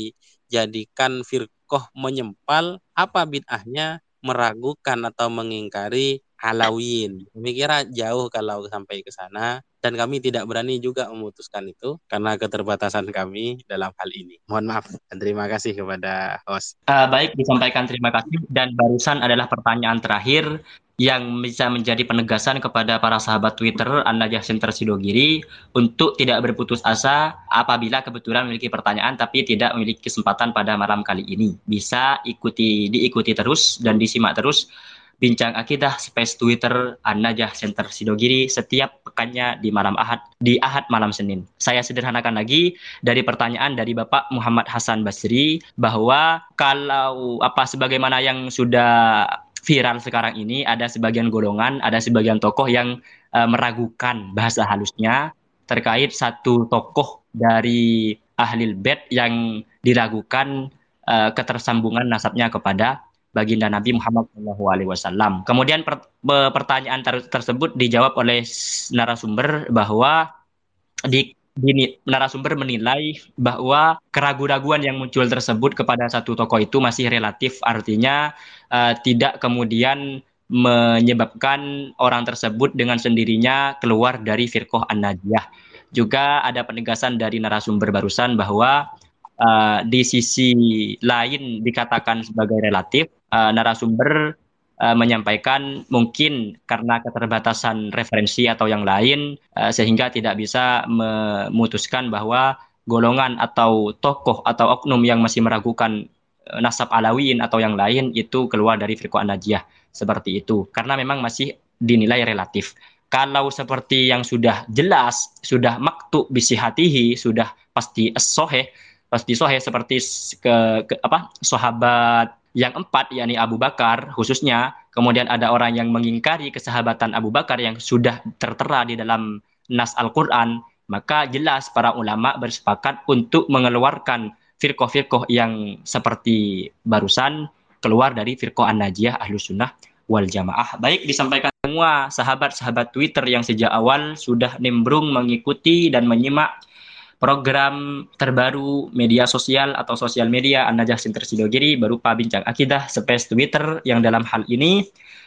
dijadikan firqoh menyempal, apa bid'ahnya meragukan atau mengingkari Alawin. Kami kira jauh kalau sampai ke sana dan kami tidak berani juga memutuskan itu karena keterbatasan kami dalam hal ini. Mohon maaf dan terima kasih kepada host.
Uh, baik, disampaikan terima kasih. Dan barusan adalah pertanyaan terakhir yang bisa menjadi penegasan kepada para sahabat Twitter An-Najah Center Sidogiri untuk tidak berputus asa apabila kebetulan memiliki pertanyaan tapi tidak memiliki kesempatan pada malam kali ini. Bisa ikuti diikuti terus dan disimak terus Bincang Akidah Space Twitter An-Najah Center Sidogiri setiap pekannya di malam Ahad, di Ahad malam Senin. Saya sederhanakan lagi dari pertanyaan dari Bapak Muhammad Hasan Basri bahwa kalau apa sebagaimana yang sudah viral sekarang ini ada sebagian golongan, ada sebagian tokoh yang uh, meragukan bahasa halusnya terkait satu tokoh dari Ahlul Bait yang diragukan uh, ketersambungan nasabnya kepada baginda Nabi Muhammad shallallahu alaihi wasallam. Kemudian per, pertanyaan ter, tersebut dijawab oleh narasumber bahwa di, di narasumber menilai bahwa keraguan-raguan yang muncul tersebut kepada satu tokoh itu masih relatif, artinya uh, tidak kemudian menyebabkan orang tersebut dengan sendirinya keluar dari firqoh An-Najiyah. Juga ada penegasan dari narasumber barusan bahwa Uh, di sisi lain dikatakan sebagai relatif, uh, narasumber uh, menyampaikan mungkin karena keterbatasan referensi atau yang lain uh, sehingga tidak bisa memutuskan bahwa golongan atau tokoh atau oknum yang masih meragukan uh, nasab Alawiyin atau yang lain itu keluar dari firqah An-Najiyah seperti itu karena memang masih dinilai relatif. Kalau seperti yang sudah jelas, sudah maktu bisihatihi, sudah pasti as-soheh, pasti soheh seperti ke, ke apa sahabat yang empat yakni Abu Bakar khususnya, kemudian ada orang yang mengingkari kesahabatan Abu Bakar yang sudah tertera di dalam nas Al-Qur'an, maka jelas para ulama bersepakat untuk mengeluarkan firqah-firqah yang seperti barusan keluar dari firqah An-Najiyah Ahlus Sunnah wal Jamaah. Baik, disampaikan semua sahabat-sahabat Twitter yang sejak awal sudah nimbrung mengikuti dan menyimak program terbaru media sosial atau sosial media An-Najah Center Sidogiri berupa Bincang Akidah Space Twitter yang dalam hal ini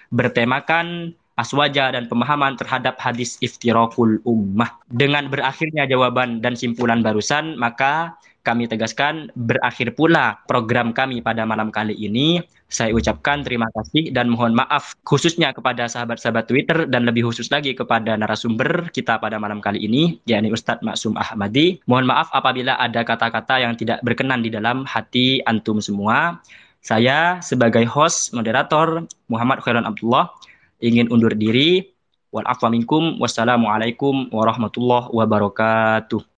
bertemakan aswaja dan pemahaman terhadap hadis iftirakul ummah. Dengan berakhirnya jawaban dan simpulan barusan, maka kami tegaskan berakhir pula program kami pada malam kali ini. Saya ucapkan terima kasih dan mohon maaf khususnya kepada sahabat-sahabat Twitter dan lebih khusus lagi kepada narasumber kita pada malam kali ini, yakni Ustadz Maksum Ahmadi. Mohon maaf apabila ada kata-kata yang tidak berkenan di dalam hati antum semua. Saya sebagai host, moderator, Muhammad Khairon Abdullah, ingin undur diri. Wal afwa minkum. Wassalamualaikum warahmatullahi wabarakatuh.